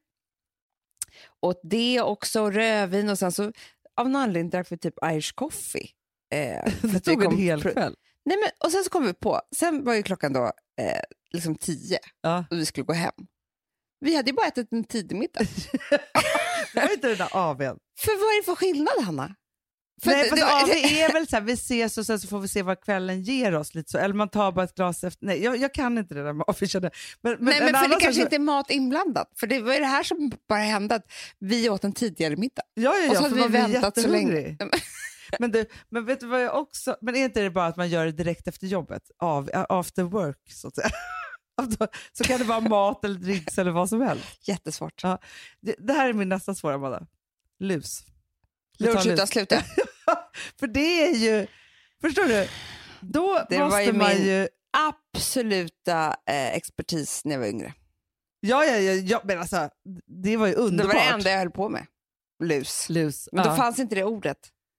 Speaker 2: Och det också, rödvin. Och sen så av någon anledning drack vi typ Irish coffee. Eh, för
Speaker 1: Det
Speaker 2: att vi
Speaker 1: tog en
Speaker 2: kom-
Speaker 1: hel kväll.
Speaker 2: Nej, men, och sen så kom vi på, sen var ju klockan då eh, liksom tio
Speaker 1: Ja.
Speaker 2: och vi skulle gå hem. Vi hade ju bara ätit en tidig middag.
Speaker 1: Det var inte den där A V:n.
Speaker 2: För vad är det för skillnad, Hanna? För
Speaker 1: Nej,
Speaker 2: att
Speaker 1: fast
Speaker 2: det var-
Speaker 1: A V är väl så här, vi ses och sen så får vi se vad kvällen ger oss. Lite så. Eller man tar bara ett glas efter. Nej, jag, jag kan inte det där med A V. Men, men,
Speaker 2: Nej,
Speaker 1: en
Speaker 2: men för
Speaker 1: annan
Speaker 2: det
Speaker 1: sak-
Speaker 2: kanske inte är mat inblandat. För det var ju det här som bara hände, att vi åt en tidigare middag.
Speaker 1: Ja, ja, ja,
Speaker 2: och så
Speaker 1: för
Speaker 2: hade vi
Speaker 1: man blir
Speaker 2: väntat så länge.
Speaker 1: jättehungrig. Men, du, men vet du vad jag också... Men är inte det bara att man gör det direkt efter jobbet? Av, after work, så att säga. Så kan det vara mat eller drinks eller vad som helst.
Speaker 2: Jättesvårt.
Speaker 1: Ja. Det, det här är min nästa svåra, Amanda. Lus. Vi tar
Speaker 2: Lunch
Speaker 1: lus.
Speaker 2: utan sluta.
Speaker 1: För det är ju... Förstår du? Då
Speaker 2: Det var
Speaker 1: måste
Speaker 2: ju
Speaker 1: man
Speaker 2: min-
Speaker 1: ju...
Speaker 2: Absoluta eh, expertis när jag var yngre.
Speaker 1: Ja, ja, ja, ja, men alltså, det var ju
Speaker 2: Det
Speaker 1: underbart.
Speaker 2: var det enda jag höll på med. Lus.
Speaker 1: Lus.
Speaker 2: Men
Speaker 1: ja.
Speaker 2: då fanns inte det ordet.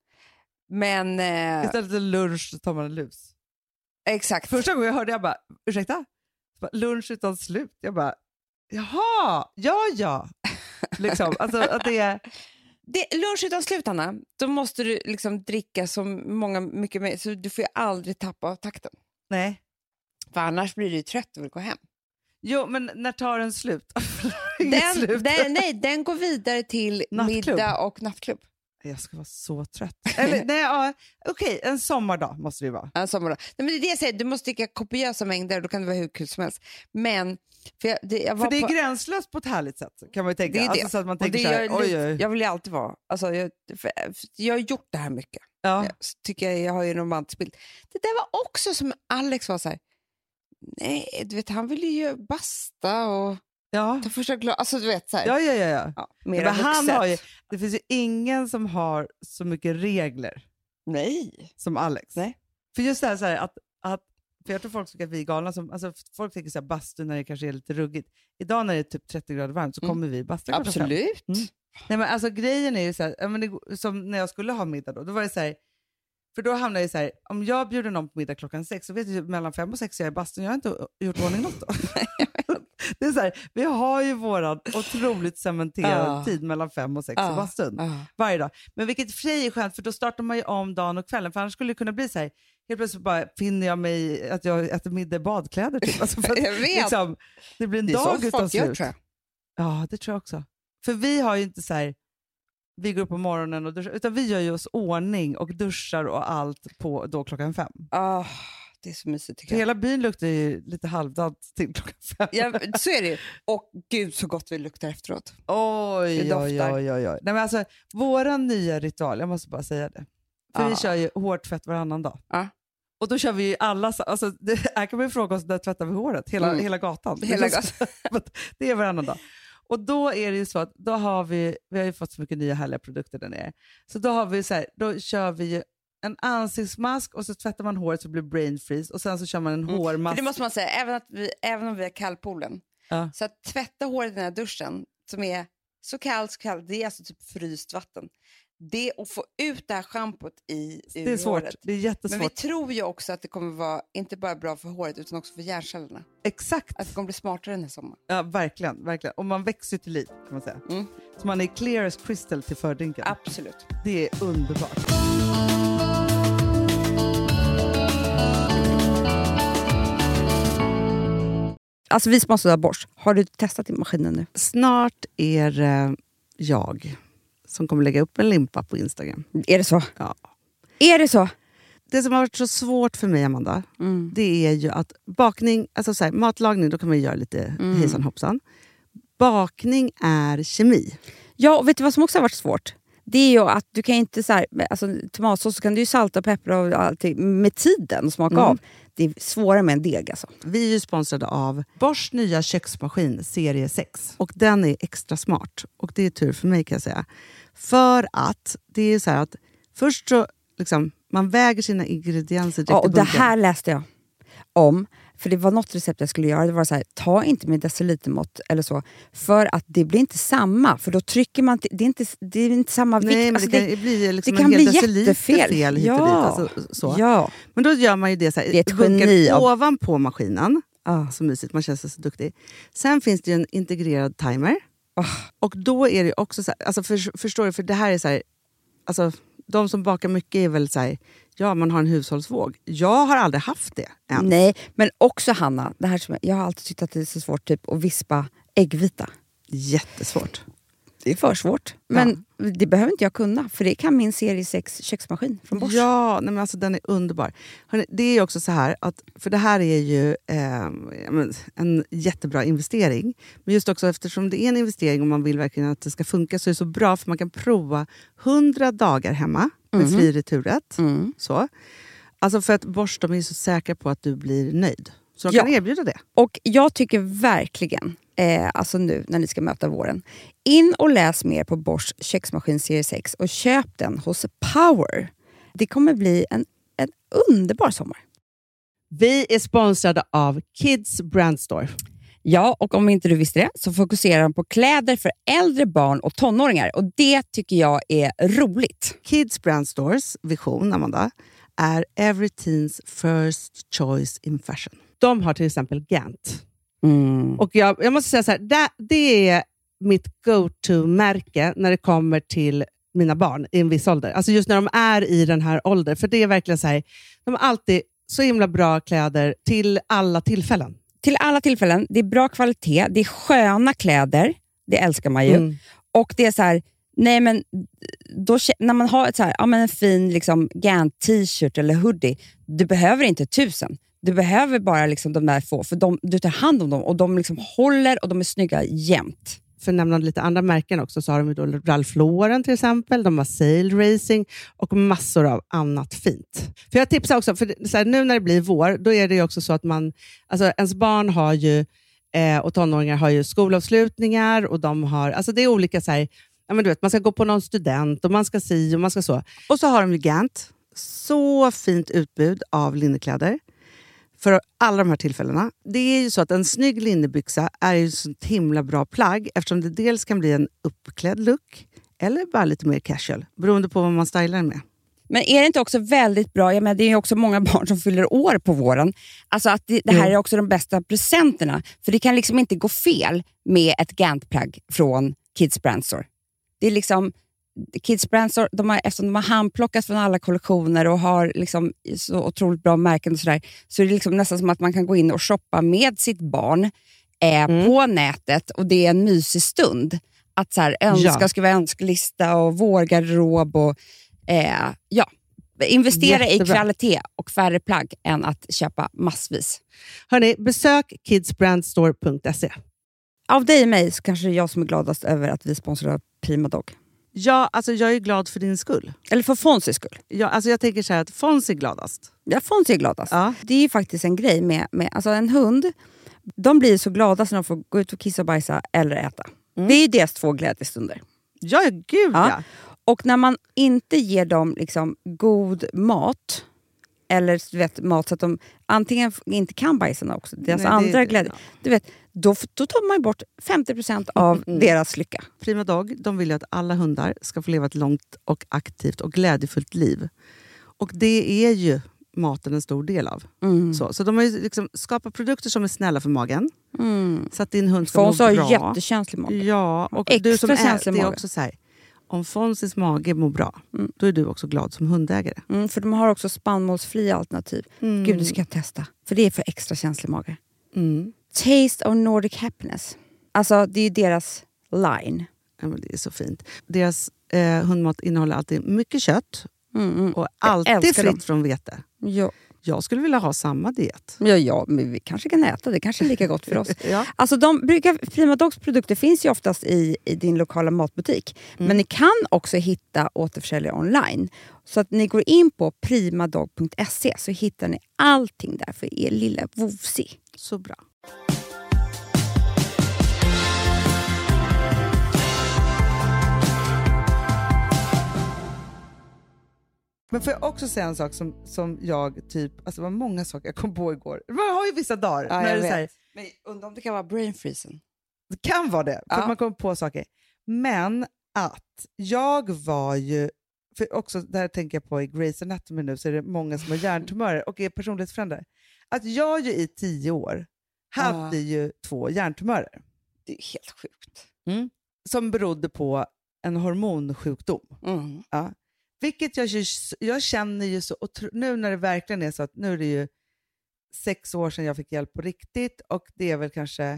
Speaker 2: Men eh,
Speaker 1: Istället för lunch så tar man en lus.
Speaker 2: exakt.
Speaker 1: Första gången jag hörde jag bara, ursäkta? Så bara, lunch utan slut. Jag bara, jaha, ja, ja. Liksom, alltså att det är...
Speaker 2: Det, lunch utan slut, Anna, då måste du liksom dricka så många, mycket mer, så du får ju aldrig tappa av takten.
Speaker 1: Nej.
Speaker 2: För annars blir du ju trött och vill gå hem.
Speaker 1: Jo, men när tar den slut? Inget
Speaker 2: Den,
Speaker 1: slut.
Speaker 2: den, nej, den går vidare till
Speaker 1: Nattklubb.
Speaker 2: middag och nattklubb.
Speaker 1: Jag ska vara så trött. Eller, nej, ja, okej, en sommardag måste det ju vara.
Speaker 2: En sommardag. Nej, men det är det jag säger, du måste dricka kopiösa mängder, då kan det vara hur kul som helst. Men, för jag, det, jag var
Speaker 1: För det är
Speaker 2: på,
Speaker 1: gränslöst på ett härligt sätt, kan man ju tänka.
Speaker 2: Det är det.
Speaker 1: Alltså, så att man
Speaker 2: och
Speaker 1: tänker
Speaker 2: det
Speaker 1: så här,
Speaker 2: jag,
Speaker 1: oj, oj.
Speaker 2: jag vill ju alltid vara, alltså, jag, för, för jag har gjort det här mycket.
Speaker 1: Ja.
Speaker 2: Jag tycker jag, jag har ju en romantisk bild. Det där var också som Alex var så här, nej, du vet, han ville ju basta och
Speaker 1: Ja.
Speaker 2: ta första glas, alltså du vet så här.
Speaker 1: Ja, ja, ja, ja.
Speaker 2: Ja,
Speaker 1: Men
Speaker 2: mera
Speaker 1: han
Speaker 2: vuxet.
Speaker 1: har ju, det finns ju ingen som har så mycket regler
Speaker 2: Nej.
Speaker 1: som Alex.
Speaker 2: Nej.
Speaker 1: För just det här, så här att, att för jag tror folk tycker att vi är galna. Som, alltså, folk tänker så här, bastu när det kanske är lite ruggigt. Idag när det är typ trettio grader varmt så
Speaker 2: Mm.
Speaker 1: kommer vi basta klockan fem.
Speaker 2: Absolut.
Speaker 1: Mm. Nej, men alltså grejen är ju så här, ja, men det, som när jag skulle ha middag då, då var det så här, För då hamnar jag så här, om jag bjuder någon på middag klockan sex så vet jag mellan fem och sex jag är i bastun. Jag har inte gjort ordning något då. Det är så här, vi har ju våran otroligt cementerad uh. tid mellan fem och sex uh. i bastun uh. varje dag. Men vilket för sig är skönt, för då startar man ju om dagen och kvällen. För annars skulle det kunna bli så här, helt plötsligt bara finner jag mig att jag äter middag i badkläder. Typ. Alltså för att,
Speaker 2: jag vet.
Speaker 1: Liksom, det blir en
Speaker 2: det
Speaker 1: dag utan slut.
Speaker 2: Gör, tror jag.
Speaker 1: Ja, det tror jag också. För vi har ju inte så här, vi går upp på morgonen och duschar, utan vi gör ju oss ordning och duschar och allt på då klockan fem.
Speaker 2: Oh, det är så mysigt tycker jag.
Speaker 1: Hela byn luktar ju lite halvdant till klockan fem.
Speaker 2: Ja, så är det ju. Och gud så gott vi luktar efteråt.
Speaker 1: Oj, oj, oj, oj, oj. Nej, men alltså, våran nya ritual, jag måste bara säga det. För ah. vi kör ju hårtvätt varannan dag. Ah. Och då kör vi ju alla, alltså det, här kan man ju fråga oss, där tvättar vi håret? Hela, mm. hela gatan.
Speaker 2: Hela gatan.
Speaker 1: Det är varannan dag. Och då är det ju så att då har vi, vi har ju fått så mycket nya härliga produkter där nere. Så då har vi så här, då kör vi ju en ansiktsmask och så tvättar man håret så det blir brain freeze och sen så kör man en mm. hårmask.
Speaker 2: För det måste man säga, även, att vi, även om vi har kallpoolen. Ja. Så att tvätta håret i den här duschen som är så kallt, så kallt, det är alltså typ fryst vatten. Det att få ut det här schampot i, i
Speaker 1: det är svårt,
Speaker 2: håret.
Speaker 1: det är jättesvårt.
Speaker 2: Men vi tror ju också att det kommer vara inte bara bra för håret utan också för hjärncellerna.
Speaker 1: Exakt.
Speaker 2: Att det kommer bli smartare den här sommaren.
Speaker 1: Ja, verkligen, verkligen. Och man växer till liv kan man säga. Mm. Så man är clear as crystal till fördrinken.
Speaker 2: Absolut.
Speaker 1: Det är underbart.
Speaker 3: Alltså vi sponsrar Bosch. Har du testat i maskinen nu?
Speaker 1: Snart är eh, jag som kommer lägga upp en limpa på Instagram.
Speaker 3: Är det så?
Speaker 1: Ja.
Speaker 3: Är det så?
Speaker 1: Det som har varit så svårt för mig, Amanda, mm. det är ju att bakning, alltså så här, matlagning, då kan man göra lite mm. hejsan hoppsan. Bakning är kemi.
Speaker 3: Ja, och vet du vad som också har varit svårt? Det är ju att du kan inte så här, alltså tomatsås så kan du ju salta och peppra och allting med tiden och smaka mm. av. Det är svårare med en deg alltså.
Speaker 1: Vi är ju sponsrade av Bosch nya köksmaskin serie sex. Och den är extra smart. Och det är tur för mig kan jag säga. För att det är så här att först så liksom, man väger sina ingredienser.
Speaker 3: Ja, och det här läste jag om. För det var något recept jag skulle göra. Det var så här, ta inte med decilitermått eller så. För att det blir inte samma. För då trycker man, det är inte, det är inte samma vikt.
Speaker 1: Nej, men
Speaker 3: alltså
Speaker 1: det kan
Speaker 3: det,
Speaker 1: bli liksom
Speaker 3: det kan
Speaker 1: en hel
Speaker 3: bli
Speaker 1: deciliter
Speaker 3: jättefel.
Speaker 1: Fel hit
Speaker 3: ja.
Speaker 1: och dit. Alltså, så.
Speaker 3: Ja.
Speaker 1: Men då gör man ju det så här.
Speaker 3: Det är ett geni av...
Speaker 1: ovanpå maskinen.
Speaker 3: Ah.
Speaker 1: Så mysigt, man känns så duktig. Sen finns det ju en integrerad timer.
Speaker 3: Ah.
Speaker 1: Och då är det också så här, alltså för, förstår du, för det här är så här, alltså de som bakar mycket är väl så här, ja, man har en hushållsvåg. Jag har aldrig haft det än.
Speaker 3: Nej, men också Hanna, det här som, jag har alltid tyckt att det är så svårt typ, att vispa äggvita.
Speaker 1: Jättesvårt.
Speaker 3: Det är för svårt. Men ja. Det behöver inte jag kunna, för det kan min serie sex köksmaskin från Bosch.
Speaker 1: Ja, nej men alltså den är underbar. Hörrni, det är också så här, att, för det här är ju eh, en jättebra investering. Men just också eftersom det är en investering och man vill verkligen att det ska funka, så är det så bra för man kan prova hundra dagar hemma med mm. fri returrätt. Mm. Så. Alltså för att Bosch, de är så säkra på att du blir nöjd. Så de
Speaker 3: ja.
Speaker 1: kan erbjuda det.
Speaker 3: Och jag tycker verkligen, eh, alltså nu när ni ska möta våren, in och läs mer på Bosch köksmaskin serie sex och köp den hos Power. Det kommer bli en, en underbar sommar.
Speaker 1: Vi är sponsrade av Kids Brand Store.
Speaker 3: Ja, och om inte du visste det så fokuserar de på kläder för äldre barn och tonåringar. Och det tycker jag är roligt.
Speaker 1: Kids Brand Stores vision, Amanda, är every teens first choice in fashion. De har till exempel Gant. Mm. Och jag, jag måste säga så här, det, det är mitt go-to-märke när det kommer till mina barn i en viss ålder. Alltså just när de är i den här åldern. För det är verkligen så här, de har alltid så himla bra kläder till alla tillfällen.
Speaker 3: Till alla tillfällen. Det är bra kvalitet. Det är sköna kläder. Det älskar man ju. Mm. Och det är så här, nej men då, när man har ett så här, ja, men en fin liksom, Gant t-shirt eller hoodie, du behöver inte tusen. Du behöver bara liksom de där få, för de, du tar hand om dem och de liksom håller och de är snygga jämt.
Speaker 1: För att nämna lite andra märken också, så har de ju då Ralph Lauren till exempel, de har Sail Racing och massor av annat fint. För jag tipsar också, för så här, nu när det blir vår, då är det ju också så att man, alltså ens barn har ju, eh, och tonåringar har ju skolavslutningar och de har, alltså det är olika så här, ja men du vet, man ska gå på någon student och man ska si och man ska så. Och så har de ju Gant, så fint utbud av linnekläder. För alla de här tillfällena. Det är ju så att en snygg linnebyxa är ju så himla bra plagg. Eftersom det dels kan bli en uppklädd look. Eller bara lite mer casual. Beroende på vad man stylar med.
Speaker 3: Men är det inte också väldigt bra, jag menar, det är ju också många barn som fyller år på våren, alltså att det, det här är också de bästa presenterna, för det kan liksom inte gå fel med ett Gant-plagg från Kids Brand Store. Det är liksom Kids Brand Store, de har, eftersom de har handplockat från alla kollektioner och har liksom så otroligt bra märken och sådär, så är det liksom nästan som att man kan gå in och shoppa med sitt barn eh, mm. på nätet, och det är en mysig stund att så här, önska, ja. skriva önskelista och vårgarderob och eh, ja, investera Jättebra. i kvalitet och färre plagg än att köpa massvis.
Speaker 1: Hörrni, besök kids brand store punkt se.
Speaker 3: Av dig och mig så kanske det är jag som är gladast över att vi sponsrar Prima Dog.
Speaker 1: Ja, alltså jag är glad för din skull.
Speaker 3: Eller för Fonzys skull.
Speaker 1: Ja, alltså jag tänker så här att Fonzie är gladast.
Speaker 3: Ja, Fonzie är gladast.
Speaker 1: Ja.
Speaker 3: Det är ju faktiskt en grej med, med alltså en hund. De blir så glada när de får gå ut och kissa och bajsa eller äta. Mm. Det är ju deras två glädjestunder.
Speaker 1: Ja, gud ja. ja.
Speaker 3: Och när man inte ger dem liksom god mat, eller du vet, mat så att de antingen inte kan bajsa också, deras Nej, andra det, glädje, ja. du vet, då, då tar man bort femtio procent av mm. deras lycka.
Speaker 1: Prima Dog, de vill ju att alla hundar ska få leva ett långt och aktivt och glädjefullt liv. Och det är ju maten en stor del av. Mm. Så, så de har ju liksom skapat produkter som är snälla för magen. Mm. Så att din hund ska må bra.
Speaker 3: Fonzie har jättekänslig mage.
Speaker 1: Ja, och
Speaker 3: Extra
Speaker 1: du som är, det är
Speaker 3: mage.
Speaker 1: också så här, om Fonzies mage mår bra, mm. då är du också glad som hundägare.
Speaker 3: Mm, för de har också spannmålsfria alternativ. Mm. Gud, det ska jag testa. För det är för extra känslig mage. Mm. Taste of Nordic Happiness. Alltså, det är ju deras line.
Speaker 1: Ja, men det är så fint. Deras eh, hundmat innehåller alltid mycket kött. Mm. Och alltid fritt dem. från vete.
Speaker 3: Ja.
Speaker 1: Jag skulle vilja ha samma diet.
Speaker 3: Ja, ja, men vi kanske kan äta. Det kanske är lika gott för oss. ja. Alltså, de brukar, Prima Dogs produkter finns ju oftast i, i din lokala matbutik. Mm. Men ni kan också hitta återförsäljare online. Så att ni går in på primadog punkt se så hittar ni allting där för er lilla vovsi.
Speaker 1: Så bra. Men får jag också säga en sak som, som jag typ, alltså det var många saker jag kom på igår. Man har ju vissa dagar.
Speaker 3: Ja,
Speaker 1: när
Speaker 3: jag
Speaker 1: det
Speaker 3: vet.
Speaker 1: Så här,
Speaker 3: men undrar om det kan vara brain freezing.
Speaker 1: Det kan vara det, för
Speaker 3: ja.
Speaker 1: att man kommer på saker. Men att jag var ju, för också där tänker jag på i Grey's Anatomy nu, så är det många som har hjärntumörer och är personlighetsförändrande. Att jag ju i tio år hade ja. ju två hjärntumörer.
Speaker 3: Det är helt sjukt.
Speaker 1: Mm. Som berodde på en hormonsjukdom. Mm. Ja. Vilket jag, jag känner ju så, nu när det verkligen är så att nu är det ju sex år sedan jag fick hjälp på riktigt, och det är väl kanske,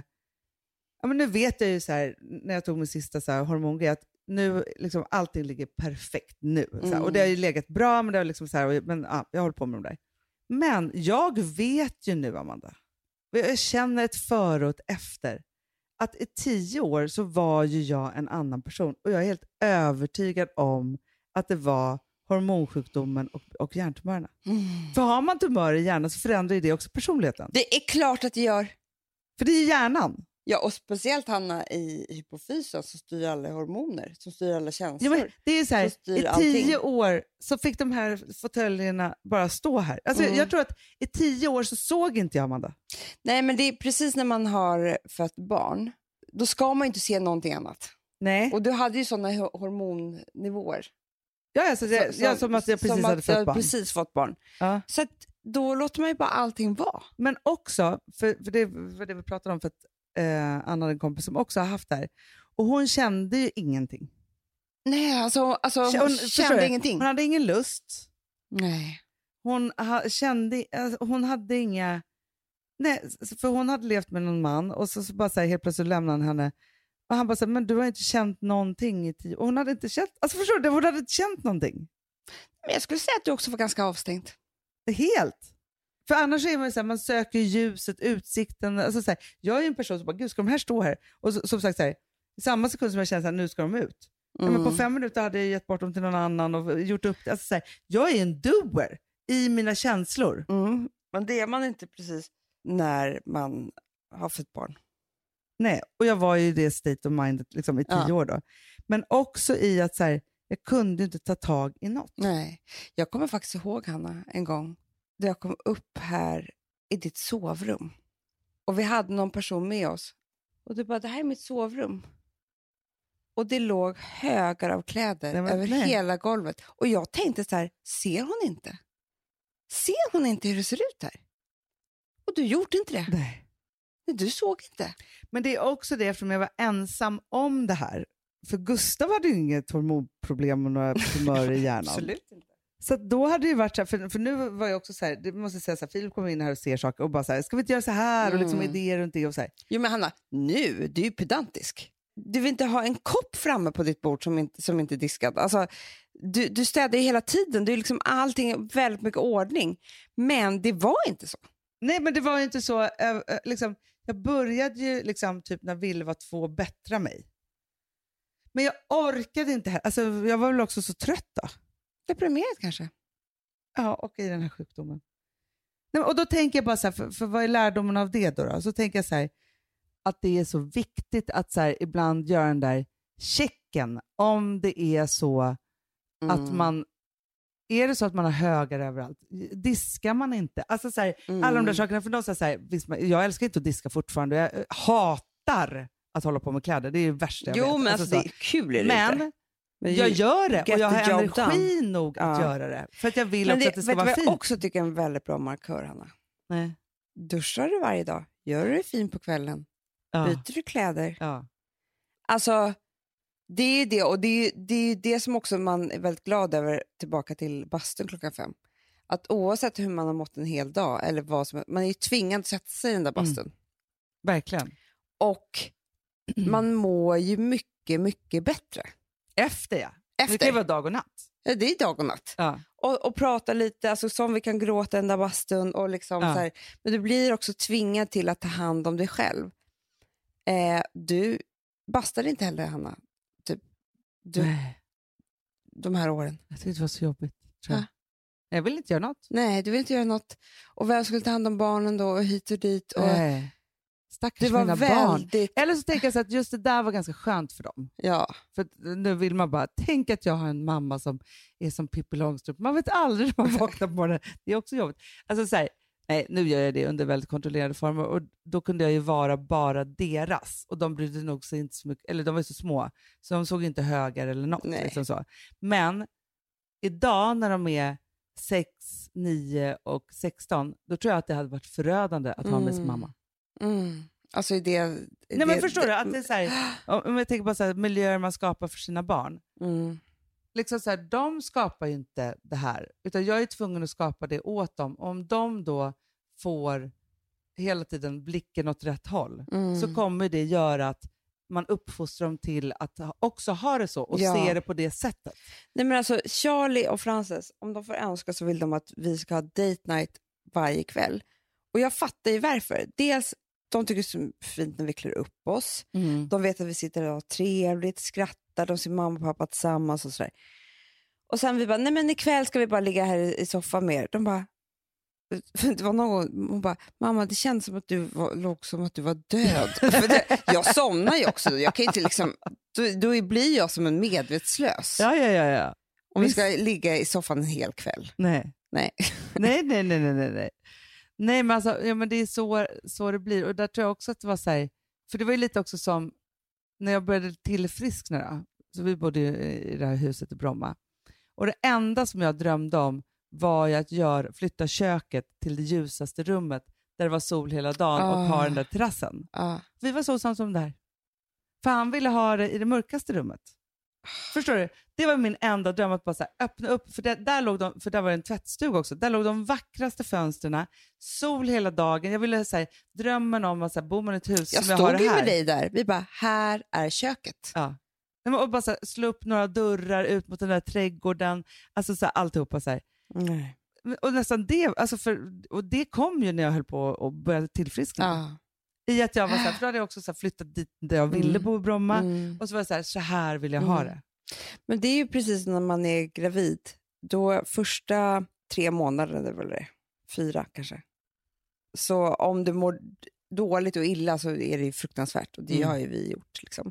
Speaker 1: ja men nu vet jag ju så här, när jag tog min sista så här hormongrej, att nu liksom allting ligger perfekt nu. Mm. Så här, och det har ju legat bra, men det har liksom så här, men ja, jag håller på med dem där. Men jag vet ju nu, Amanda, och jag känner ett före och ett efter, att i tio år så var ju jag en annan person, och jag är helt övertygad om att det var hormonsjukdomen och, och hjärntumörerna. Mm. För har man tumörer i hjärnan så förändrar ju det också personligheten.
Speaker 3: Det är klart att det gör.
Speaker 1: För det är hjärnan.
Speaker 3: Ja, och speciellt Hanna i hypofysen som styr alla hormoner, som styr alla känslor.
Speaker 1: Ja, men det är så här, i
Speaker 3: allting.
Speaker 1: tio år så fick de här fåtöljerna bara stå här. Alltså, mm. Jag tror att i tio år så såg inte jag Amanda.
Speaker 3: Nej, men det är precis när man har fött barn, då ska man inte se någonting annat.
Speaker 1: Nej.
Speaker 3: Och du hade ju sådana hormonnivåer.
Speaker 1: Ja, alltså det, så, ja, som att jag precis hade fått barn.
Speaker 3: precis fått barn.
Speaker 1: Ja.
Speaker 3: Så att då låter man ju bara allting vara.
Speaker 1: Men också, för, för, det, för det vi pratade om, för att eh, Anna, en kompis som också har haft det här. Och hon kände ju ingenting.
Speaker 3: Nej, alltså, alltså hon,
Speaker 1: hon
Speaker 3: kände
Speaker 1: jag,
Speaker 3: ingenting.
Speaker 1: Hon hade ingen lust.
Speaker 3: Nej.
Speaker 1: Hon ha, kände, alltså, hon hade inga... Nej, för hon hade levt med någon man och så, så bara så här, helt plötsligt lämnade han henne. Och han bara så här, men du har inte känt någonting i tio. Och hon hade inte känt, alltså förstår du, hon hade inte känt någonting.
Speaker 3: Men jag skulle säga att du också var ganska avstängt.
Speaker 1: Helt. För annars är man ju så här, man söker ljuset, utsikten. Alltså så här, jag är ju en person som bara, gud ska de här stå här? Och så, som sagt så här, i samma sekund som jag känner att nu ska de ut. Mm. Ja, men på fem minuter hade jag gett bort dem till någon annan och gjort upp det. Alltså så här, jag är en doer i mina känslor.
Speaker 3: Mm. Men det är man inte precis när man har fått barn.
Speaker 1: Nej, och jag var ju i det state of mind liksom, i tio ja. år då. Men också i att så här, jag kunde inte ta tag i något.
Speaker 3: Nej, jag kommer faktiskt ihåg Hanna en gång då jag kom upp här i ditt sovrum. Och vi hade någon person med oss. Och du bara, det här är mitt sovrum.
Speaker 2: Och det låg högar av kläder nej, men, över nej. hela golvet. Och jag tänkte så här, ser hon inte? Ser hon inte hur det ser ut här? Och du gjorde inte det.
Speaker 1: Nej.
Speaker 2: Nej, du såg inte.
Speaker 1: Men det är också det eftersom jag var ensam om det här. För Gustav hade ju inget hormonproblem och några tumörer i hjärnan.
Speaker 2: Absolut inte.
Speaker 1: Så då hade det ju varit så här, för, för nu var jag också så här, det måste jag säga så här, Filip kommer in här och ser saker och bara så här, ska vi inte göra så här och liksom mm. idéer runt det och så här.
Speaker 2: Jo men Hanna, nu, du är ju pedantisk. Du vill inte ha en kopp framme på ditt bord som inte, som inte är diskad. Alltså, du, du städar ju hela tiden, du är liksom allting väldigt mycket ordning. Men det var inte så.
Speaker 1: Nej men det var ju inte så, äh, äh, liksom, jag började ju liksom typ när Ville var två bättra mig. Men jag orkade inte här, alltså jag var väl också så trött då.
Speaker 2: Deprimerad kanske?
Speaker 1: Ja, och i den här sjukdomen. Nej, och då tänker jag bara så här, för, för vad är lärdomen av det då, då? Så tänker jag så här, att det är så viktigt att så här, ibland göra den där checken om det är så mm. att man, är det så att man har högar överallt, diskar man inte? Alltså så här, mm. alla de där sakerna, för de så här, visst, jag älskar inte att diska fortfarande, jag hatar att hålla på med kläder, det är det värsta jag
Speaker 2: jo,
Speaker 1: vet.
Speaker 2: Jo men alltså, alltså det är kul är det
Speaker 1: men,
Speaker 2: inte.
Speaker 1: Men jag gör det och jag har energi
Speaker 2: done.
Speaker 1: nog att ja. göra det. För att jag vill
Speaker 2: men
Speaker 1: också
Speaker 2: det,
Speaker 1: att det ska vara
Speaker 2: fint.
Speaker 1: fint.
Speaker 2: Jag också tycker en väldigt bra markör, Hanna.
Speaker 1: Nej.
Speaker 2: Duschar du varje dag? Gör du det fint på kvällen? Ja. Byter du kläder?
Speaker 1: Ja.
Speaker 2: Alltså, det är det. Och det är, det är det som också man är väldigt glad över tillbaka till bastun klockan fem. Att oavsett hur man har mått en hel dag eller vad som, man är ju tvingad att sätta sig i den där bastun. Mm.
Speaker 1: Verkligen.
Speaker 2: Och man mår ju mycket, mycket bättre.
Speaker 1: Efter ja.
Speaker 2: Efter.
Speaker 1: Det kan vara dag och natt.
Speaker 2: Ja, det är dag och natt.
Speaker 1: Ja.
Speaker 2: Och, och prata lite, alltså som vi kan gråta den där bastun. Och liksom
Speaker 1: ja.
Speaker 2: så här, men du blir också tvingad till att ta hand om dig själv. Eh, du bastade inte heller, Hanna. Typ, du,
Speaker 1: Nej.
Speaker 2: De här åren.
Speaker 1: Jag tyckte det var så jobbigt. Jag. Ja. jag vill inte göra något.
Speaker 2: Nej, du vill inte göra något. Och vem skulle ta hand om barnen då? Och hit och dit. Och
Speaker 1: Nej. Stackars
Speaker 2: det var
Speaker 1: mina
Speaker 2: väldigt...
Speaker 1: barn. Eller så tänker jag så att just det där var ganska skönt för dem.
Speaker 2: Ja.
Speaker 1: För nu vill man bara, tänk att jag har en mamma som är som Pippi Långstrump. Man vet aldrig när man vaknar på morgonen. Det är också jobbigt. Alltså så här, nej, nu gör jag det under väldigt kontrollerade former och då kunde jag ju vara bara deras. Och de brydde nog sig inte så mycket, eller de var så små, så de såg inte högar eller något. Liksom så. Men idag när de är sex, nio och sexton, då tror jag att det hade varit förödande att ha med sin mamma.
Speaker 2: Mm. Alltså det,
Speaker 1: Nej
Speaker 2: det,
Speaker 1: men förstår
Speaker 2: det,
Speaker 1: du att det är så här, om jag tänker på så här, miljöer man skapar för sina barn.
Speaker 2: Mm.
Speaker 1: Liksom så här, de skapar ju inte det här, utan jag är tvungen att skapa det åt dem. Om de då får hela tiden blicken åt rätt håll mm. så kommer det göra att man uppfostrar dem till att också ha det så och ja. se det på det sättet.
Speaker 2: Nej men alltså Charlie och Frances, om de får önska så vill de att vi ska ha date night varje kväll. Och jag fattar ju varför. Dels de tycker det är så fint när vi klär upp oss. Mm. De vet att vi sitter och har trevligt, skrattar, de ser mamma och pappa tillsammans och sådär. Och sen vi bara, nej men ikväll ska vi bara ligga här i soffan med er. De bara, det var någon gång, hon bara, mamma det känns som att du var, låg som att du var död. För det, jag somnar ju också, jag kan inte liksom, då, då blir jag som en medvetslös.
Speaker 1: Ja, ja, ja, ja.
Speaker 2: Om vi ska ligga i soffan en hel kväll.
Speaker 1: Nej.
Speaker 2: Nej.
Speaker 1: nej, nej, nej, nej, nej, nej. Nej, men, alltså, ja, men det är så, så det blir. Och där tror jag också att det var så här, för det var ju lite också som när jag började tillfriskna då, så vi bodde i det här huset i Bromma. Och det enda som jag drömde om var ju att gör, flytta köket till det ljusaste rummet där det var sol hela dagen oh. och ha den där terrassen.
Speaker 2: Oh.
Speaker 1: Vi var så samma som det här. För han ville ha det i det mörkaste rummet. Förstår du? Det var min enda dröm att bara så här, öppna upp. För, det, där låg de, för där var det en tvättstuga också. Där låg de vackraste fönsterna. Sol hela dagen. Jag ville säga drömmen om att så här, bo man i ett hus
Speaker 2: jag
Speaker 1: som jag har det här.
Speaker 2: Jag stod ju med dig där. Vi bara, här är köket.
Speaker 1: Ja. Och bara så här, slå upp några dörrar ut mot den där trädgården. Alltså så här, alltihopa så här.
Speaker 2: Nej.
Speaker 1: Och nästan det, alltså för, och det kom ju när jag höll på och började tillfriskna.
Speaker 2: Ja.
Speaker 1: I att jag var så här, för då hade jag också så här flyttat dit där jag ville
Speaker 2: mm.
Speaker 1: bo i Bromma.
Speaker 2: Mm.
Speaker 1: Och så var jag så här, så här vill jag
Speaker 2: mm.
Speaker 1: ha det.
Speaker 2: Men det är ju precis när man är gravid. Då första tre månader, det var det, fyra kanske. Så om du mår dåligt och illa så är det ju fruktansvärt. Och det mm. har ju vi gjort liksom.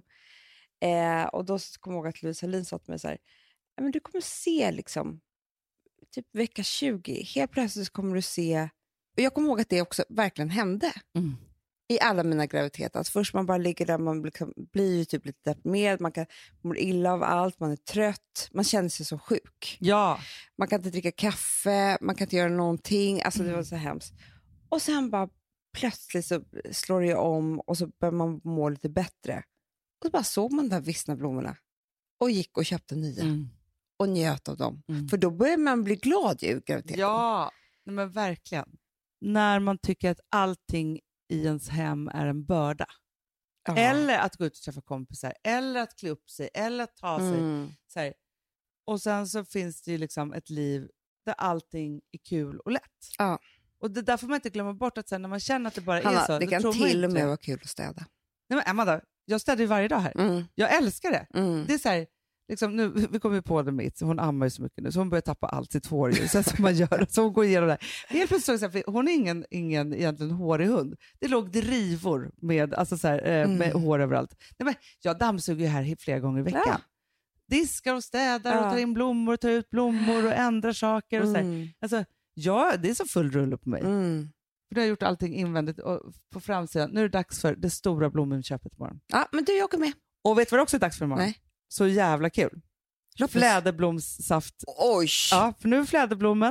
Speaker 2: Eh, och då kommer jag ihåg att Louise Hallin sa till mig så här, men du kommer se liksom typ vecka tjugo, helt plötsligt kommer du se, och jag kommer ihåg att det också verkligen hände.
Speaker 1: Mm.
Speaker 2: I alla mina graviditeter. Att först man bara ligger där, man blir, blir ju typ lite deprimerad, man kan må illa av allt, man är trött, man känner sig så sjuk.
Speaker 1: Ja.
Speaker 2: Man kan inte dricka kaffe, man kan inte göra någonting. Alltså det var så hemskt. Och sen bara plötsligt så slår det om och så börjar man må lite bättre. Och så bara såg man de här vissna blommorna och gick och köpte nya. Mm. Och njöt av dem. Mm. För då börjar man bli glad i graviditeten.
Speaker 1: Ja, men verkligen. När man tycker att allting i ens hem är en börda. Ja. Eller att gå ut och träffa kompisar. Eller att klä upp sig. Eller att ta sig. Mm. Så här. Och sen så finns det ju liksom ett liv där allting är kul och lätt.
Speaker 2: Ja.
Speaker 1: Och det där får man inte glömma bort att sen när man känner att det bara
Speaker 2: Hanna,
Speaker 1: är så.
Speaker 2: Det kan till och med vara kul att städa.
Speaker 1: Nej men Amanda, jag städar ju varje dag här. Mm. Jag älskar det. Mm. Det är så här, liksom, nu, vi kommer ju på det mitt, hon ammar ju så mycket nu så hon börjar tappa allt sitt hår ju, så som man gör, så hon går igenom det. Helt plötsligt så här, hon är ingen, ingen egentligen hårig hund. Det låg drivor med, alltså så här, eh, med mm. hår överallt. Nej, men jag dammsuger ju här flera gånger i veckan. Ja. Diskar och städar ja. och tar in blommor, tar ut blommor och ändrar saker och så
Speaker 2: mm.
Speaker 1: Alltså, ja, det är så full rulle på mig.
Speaker 2: Mm.
Speaker 1: För du har gjort allting invändigt och på framsidan. Nu är det dags för det stora blomminköpet imorgon.
Speaker 2: Ja, men du, jag åker med.
Speaker 1: Och vet du vad det också är dags för imorgon?
Speaker 2: Nej.
Speaker 1: Så jävla kul. Loppis. Fläderblomssaft.
Speaker 2: Oj!
Speaker 1: Ja, för nu är fläderblommen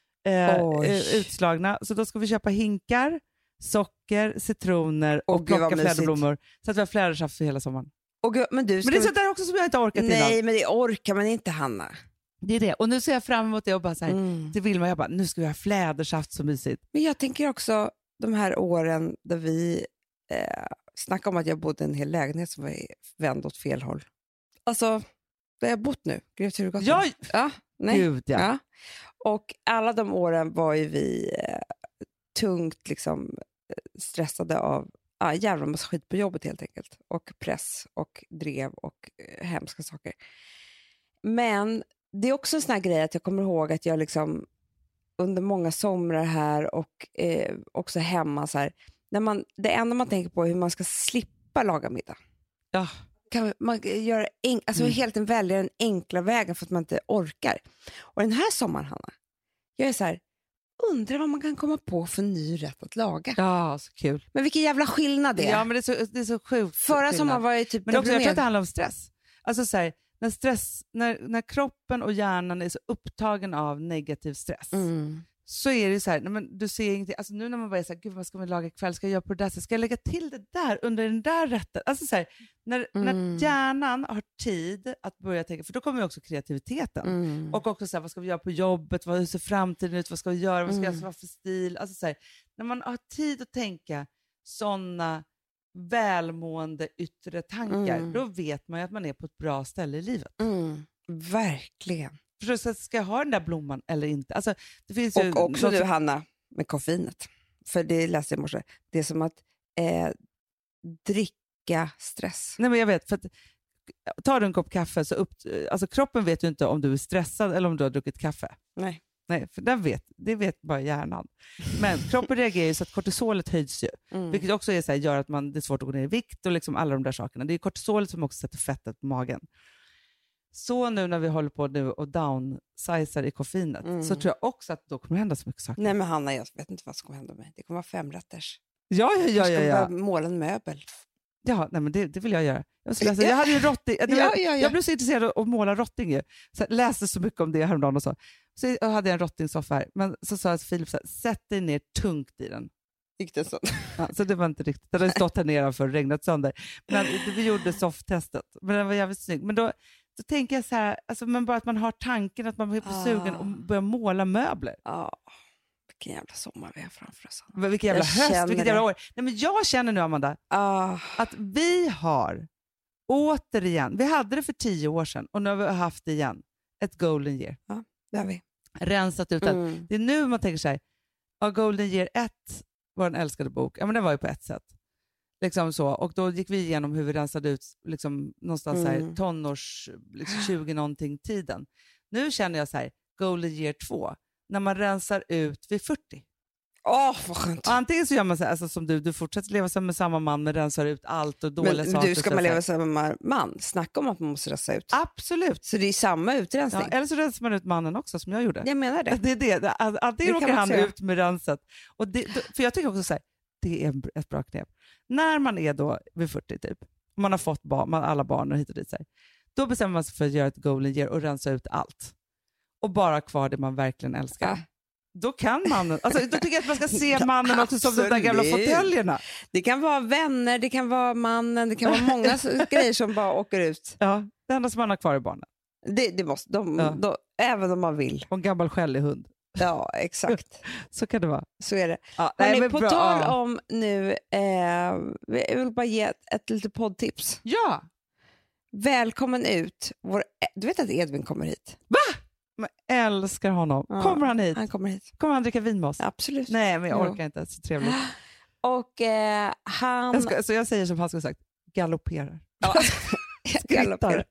Speaker 1: eh, utslagna. Så då ska vi köpa hinkar, socker, citroner och, och plocka fläderblommor. Så att vi har flädersaft för hela sommaren.
Speaker 2: Och gud, men, du,
Speaker 1: men det är sånt där också som jag inte orkat innan.
Speaker 2: Nej, men det orkar man inte, Hanna.
Speaker 1: Det är det. Och nu ser jag fram emot det och bara så här,
Speaker 2: mm.
Speaker 1: till Vilma, jag bara, nu ska vi ha flädersaft så mysigt.
Speaker 2: Men jag tänker också de här åren där vi eh, snackar om att jag bodde i en hel lägenhet som var vänd åt fel håll. Alltså, där jag bott nu.
Speaker 1: Ja,
Speaker 2: ja, nej.
Speaker 1: Gud, ja.
Speaker 2: ja. Och alla de åren var ju vi eh, tungt liksom stressade av ah, jävla massa skit på jobbet helt enkelt. Och press och drev och eh, hemska saker. Men det är också en sån här grej att jag kommer ihåg att jag liksom under många somrar här och eh, också hemma så här, när man, det enda man tänker på är hur man ska slippa laga middag.
Speaker 1: Ja.
Speaker 2: Kan man göra en, alltså mm. helt enkelt välja den enkla vägen för att man inte orkar. Och den här sommaren, Hanna, jag är så här, undrar vad man kan komma på för ny rätt att laga.
Speaker 1: Ja, så kul.
Speaker 2: Men vilken jävla skillnad det är.
Speaker 1: Ja, men det är så, det är så sjukt.
Speaker 2: Förra sommaren var jag typ...
Speaker 1: Men också, jag tror att det handlar om stress. Alltså så här, när, stress när, när kroppen och hjärnan är så upptagen av negativ stress
Speaker 2: mm.
Speaker 1: så är det så här, nej, men du ser ingenting. Alltså nu när man bara är så här, gud vad ska man laga ikväll? Ska jag göra på det där? Så ska jag lägga till det där under den där rätten? Alltså så här, när, mm. när hjärnan har tid att börja tänka, för då kommer ju också kreativiteten.
Speaker 2: Mm.
Speaker 1: Och också så här, vad ska vi göra på jobbet? Vad, hur ser framtiden ut? Vad ska vi göra? Vad ska
Speaker 2: mm.
Speaker 1: jag vara för stil? Alltså så här, när man har tid att tänka sådana välmående yttre tankar,
Speaker 2: mm.
Speaker 1: då vet man ju att man är på ett bra ställe i livet.
Speaker 2: Mm. Verkligen.
Speaker 1: Förstås, ska jag ha den där blomman eller inte? Alltså, det finns
Speaker 2: och
Speaker 1: ju
Speaker 2: också
Speaker 1: något...
Speaker 2: du, Hanna, med koffeinet. För det läste jag i morse. Det är som att eh, dricka stress.
Speaker 1: Nej, men jag vet, för att tar du en kopp kaffe så upp, alltså kroppen vet ju inte om du är stressad eller om du har druckit kaffe.
Speaker 2: Nej.
Speaker 1: Nej, för den vet, det vet bara hjärnan. Men kroppen reagerar ju så att kortisolet höjs ju. Mm. Vilket också är så här, gör att man, det är svårt att gå ner i vikt och liksom alla de där sakerna. Det är kortisolet som också sätter fettet på magen. Så nu när vi håller på nu och downsizar i koffeinet mm. så tror jag också att då kommer hända så mycket saker.
Speaker 2: Nej men Hanna, jag vet inte vad som kommer hända med mig. Det kommer vara femrätters.
Speaker 1: Ja, ja, ja. ja, ja.
Speaker 2: Jag ska måla en möbel.
Speaker 1: Ja, nej, men det, det vill jag göra. Jag, ska läsa. jag hade ju rotting. Jag,
Speaker 2: ja, ja, ja.
Speaker 1: jag blev så intresserad av att måla rotting. Ju. Så jag läste så mycket om det häromdagen och så. Så jag hade en rottingsoffa här. Men så sa jag till Filip, så här, sätt dig ner tungt i den.
Speaker 2: Gick det så?
Speaker 1: Ja, så det var inte riktigt. Det hade stått här nere för regnat sönder. Men vi gjorde softtestet. Men den var jävligt snygg. Men då, då tänker jag så här, alltså, men bara att man har tanken att man är på sugen och börjar måla möbler.
Speaker 2: Ja. Vilken jävla sommar vi har framför oss.
Speaker 1: Vilken jävla jag höst, vilket jävla år. Nej, men jag känner nu, Amanda,
Speaker 2: ah.
Speaker 1: att vi har återigen, vi hade det för tio år sedan och nu har vi haft det igen, ett golden year.
Speaker 2: Ja, det har vi.
Speaker 1: Rensat ut mm. det. Det är nu man tänker sig, ja, golden year ett var en älskade bok. Ja, men det var ju på ett sätt. Liksom så. Och då gick vi igenom hur vi rensade ut liksom, någonstans mm. här, tonårs, liksom, tjugo någonting tiden. Nu känner jag så här, golden year två. När man rensar ut vid fyrtio.
Speaker 2: Åh, oh, vad skönt.
Speaker 1: Och antingen så gör man så här, alltså, som du, du fortsätter leva som med samma man men rensar ut allt och dåliga
Speaker 2: men,
Speaker 1: saker.
Speaker 2: Men du, ska man leva som samma man? Snacka om att man måste rensa ut.
Speaker 1: Absolut.
Speaker 2: Så det är samma utrensning.
Speaker 1: Ja, eller så rensar man ut mannen också som jag gjorde.
Speaker 2: Jag menar det.
Speaker 1: Det är det. Antingen åker han ut med renset. Och det, för jag tycker också så här, det är ett bra knep. När man är då vid fyrtio typ, man har fått barn, man alla barn och hit och dit sig, då bestämmer man sig för att göra ett golden year och rensa ut allt. Och bara kvar det man verkligen älskar. Ja. Då kan mannen, alltså då tycker jag att man ska se mannen också som de där gamla fåtöljerna.
Speaker 2: Det kan vara vänner, det kan vara mannen, det kan vara många grejer som bara åker ut.
Speaker 1: Ja, det enda som man har kvar är barnen.
Speaker 2: Det, det måste, de, ja. de, även om man vill.
Speaker 1: Och en gammal skällig hund.
Speaker 2: Ja, exakt.
Speaker 1: Så kan det vara.
Speaker 2: Så är det.
Speaker 1: Ja,
Speaker 2: nej,
Speaker 1: nej,
Speaker 2: på
Speaker 1: bra.
Speaker 2: tal om nu, eh, jag vill bara ge ett, ett litet poddtips.
Speaker 1: Ja.
Speaker 2: Välkommen ut. Vår, du vet att Edvin kommer hit?
Speaker 1: Va? Jag älskar honom. Ja, kommer han hit?
Speaker 2: Han kommer hit.
Speaker 1: Kommer han dricka vin med oss?
Speaker 2: Absolut.
Speaker 1: Nej, men jag orkar
Speaker 2: jo.
Speaker 1: inte. Så trevligt.
Speaker 2: Och eh, han...
Speaker 1: Jag, ska, så jag säger som han skulle sagt. Galopperar.
Speaker 2: Ja. Galopperar.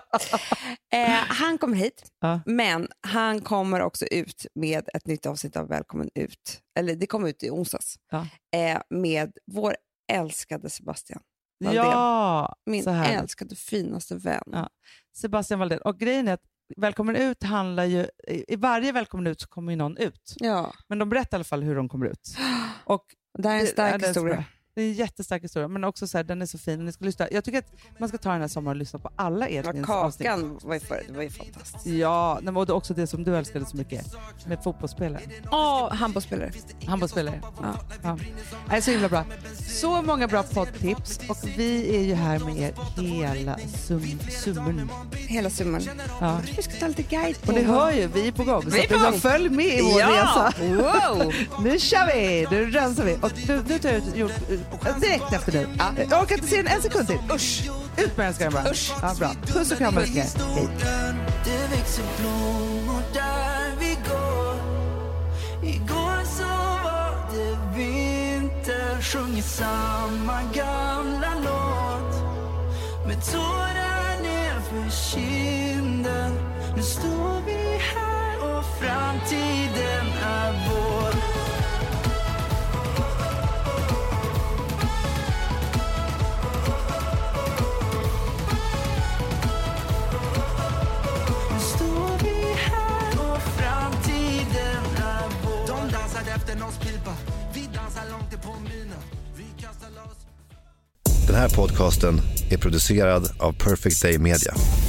Speaker 2: eh, han kommer hit. Ja. Men han kommer också ut med ett nytt avsnitt av Välkommen ut. Eller det kommer ut i onsdags. Ja. Eh, med vår älskade Sebastian. Valdén.
Speaker 1: Ja,
Speaker 2: min älskade finaste vän.
Speaker 1: Ja. Sebastian Valdén. Och grejen är att Välkommen ut handlar ju, i varje Välkommen ut så kommer ju någon ut.
Speaker 2: Ja.
Speaker 1: Men de berättar i alla fall hur de kommer ut. Och
Speaker 2: det här är en stark
Speaker 1: det,
Speaker 2: historia.
Speaker 1: Det är en jättestark historia, men också så här, den är så fin. Ni ska lyssna. Jag tycker att man ska ta den här sommaren och lyssna på alla Edvins avsnitt.
Speaker 2: Kakan var ju, för, det var ju fantastiskt.
Speaker 1: Ja, och det också det som du älskade så mycket med fotbollsspelare.
Speaker 2: Ja, oh, handbollsspelare.
Speaker 1: Handbollsspelare. Ja. Ja. Det är så himla bra. Så många bra poddtips och vi är ju här med er hela sum, summan.
Speaker 2: Hela summan.
Speaker 1: Ja.
Speaker 2: Vi ska ta lite guide på.
Speaker 1: Och det hör ju, vi är på gång.
Speaker 2: Vi är på
Speaker 1: så
Speaker 2: gång.
Speaker 1: Följ med i vår
Speaker 2: ja.
Speaker 1: resa.
Speaker 2: Wow.
Speaker 1: Nu kör vi, nu rensar vi. Och nu, nu tar jag ut gjort, direkt efter dig. Ja. Jag orkar inte se den en sekund till.
Speaker 2: Usch.
Speaker 1: Ut med den ska jag bara.
Speaker 2: Usch.
Speaker 1: Ja, bra. Puss och kram. Hej.
Speaker 4: Det växer blommor där vi går. Igår så var det vinter. Sjunger samma gamla låt. Med tårar ner för kinden. Nu står vi här och framtiden är vår.
Speaker 5: Den här podcasten är producerad av Perfect Day Media.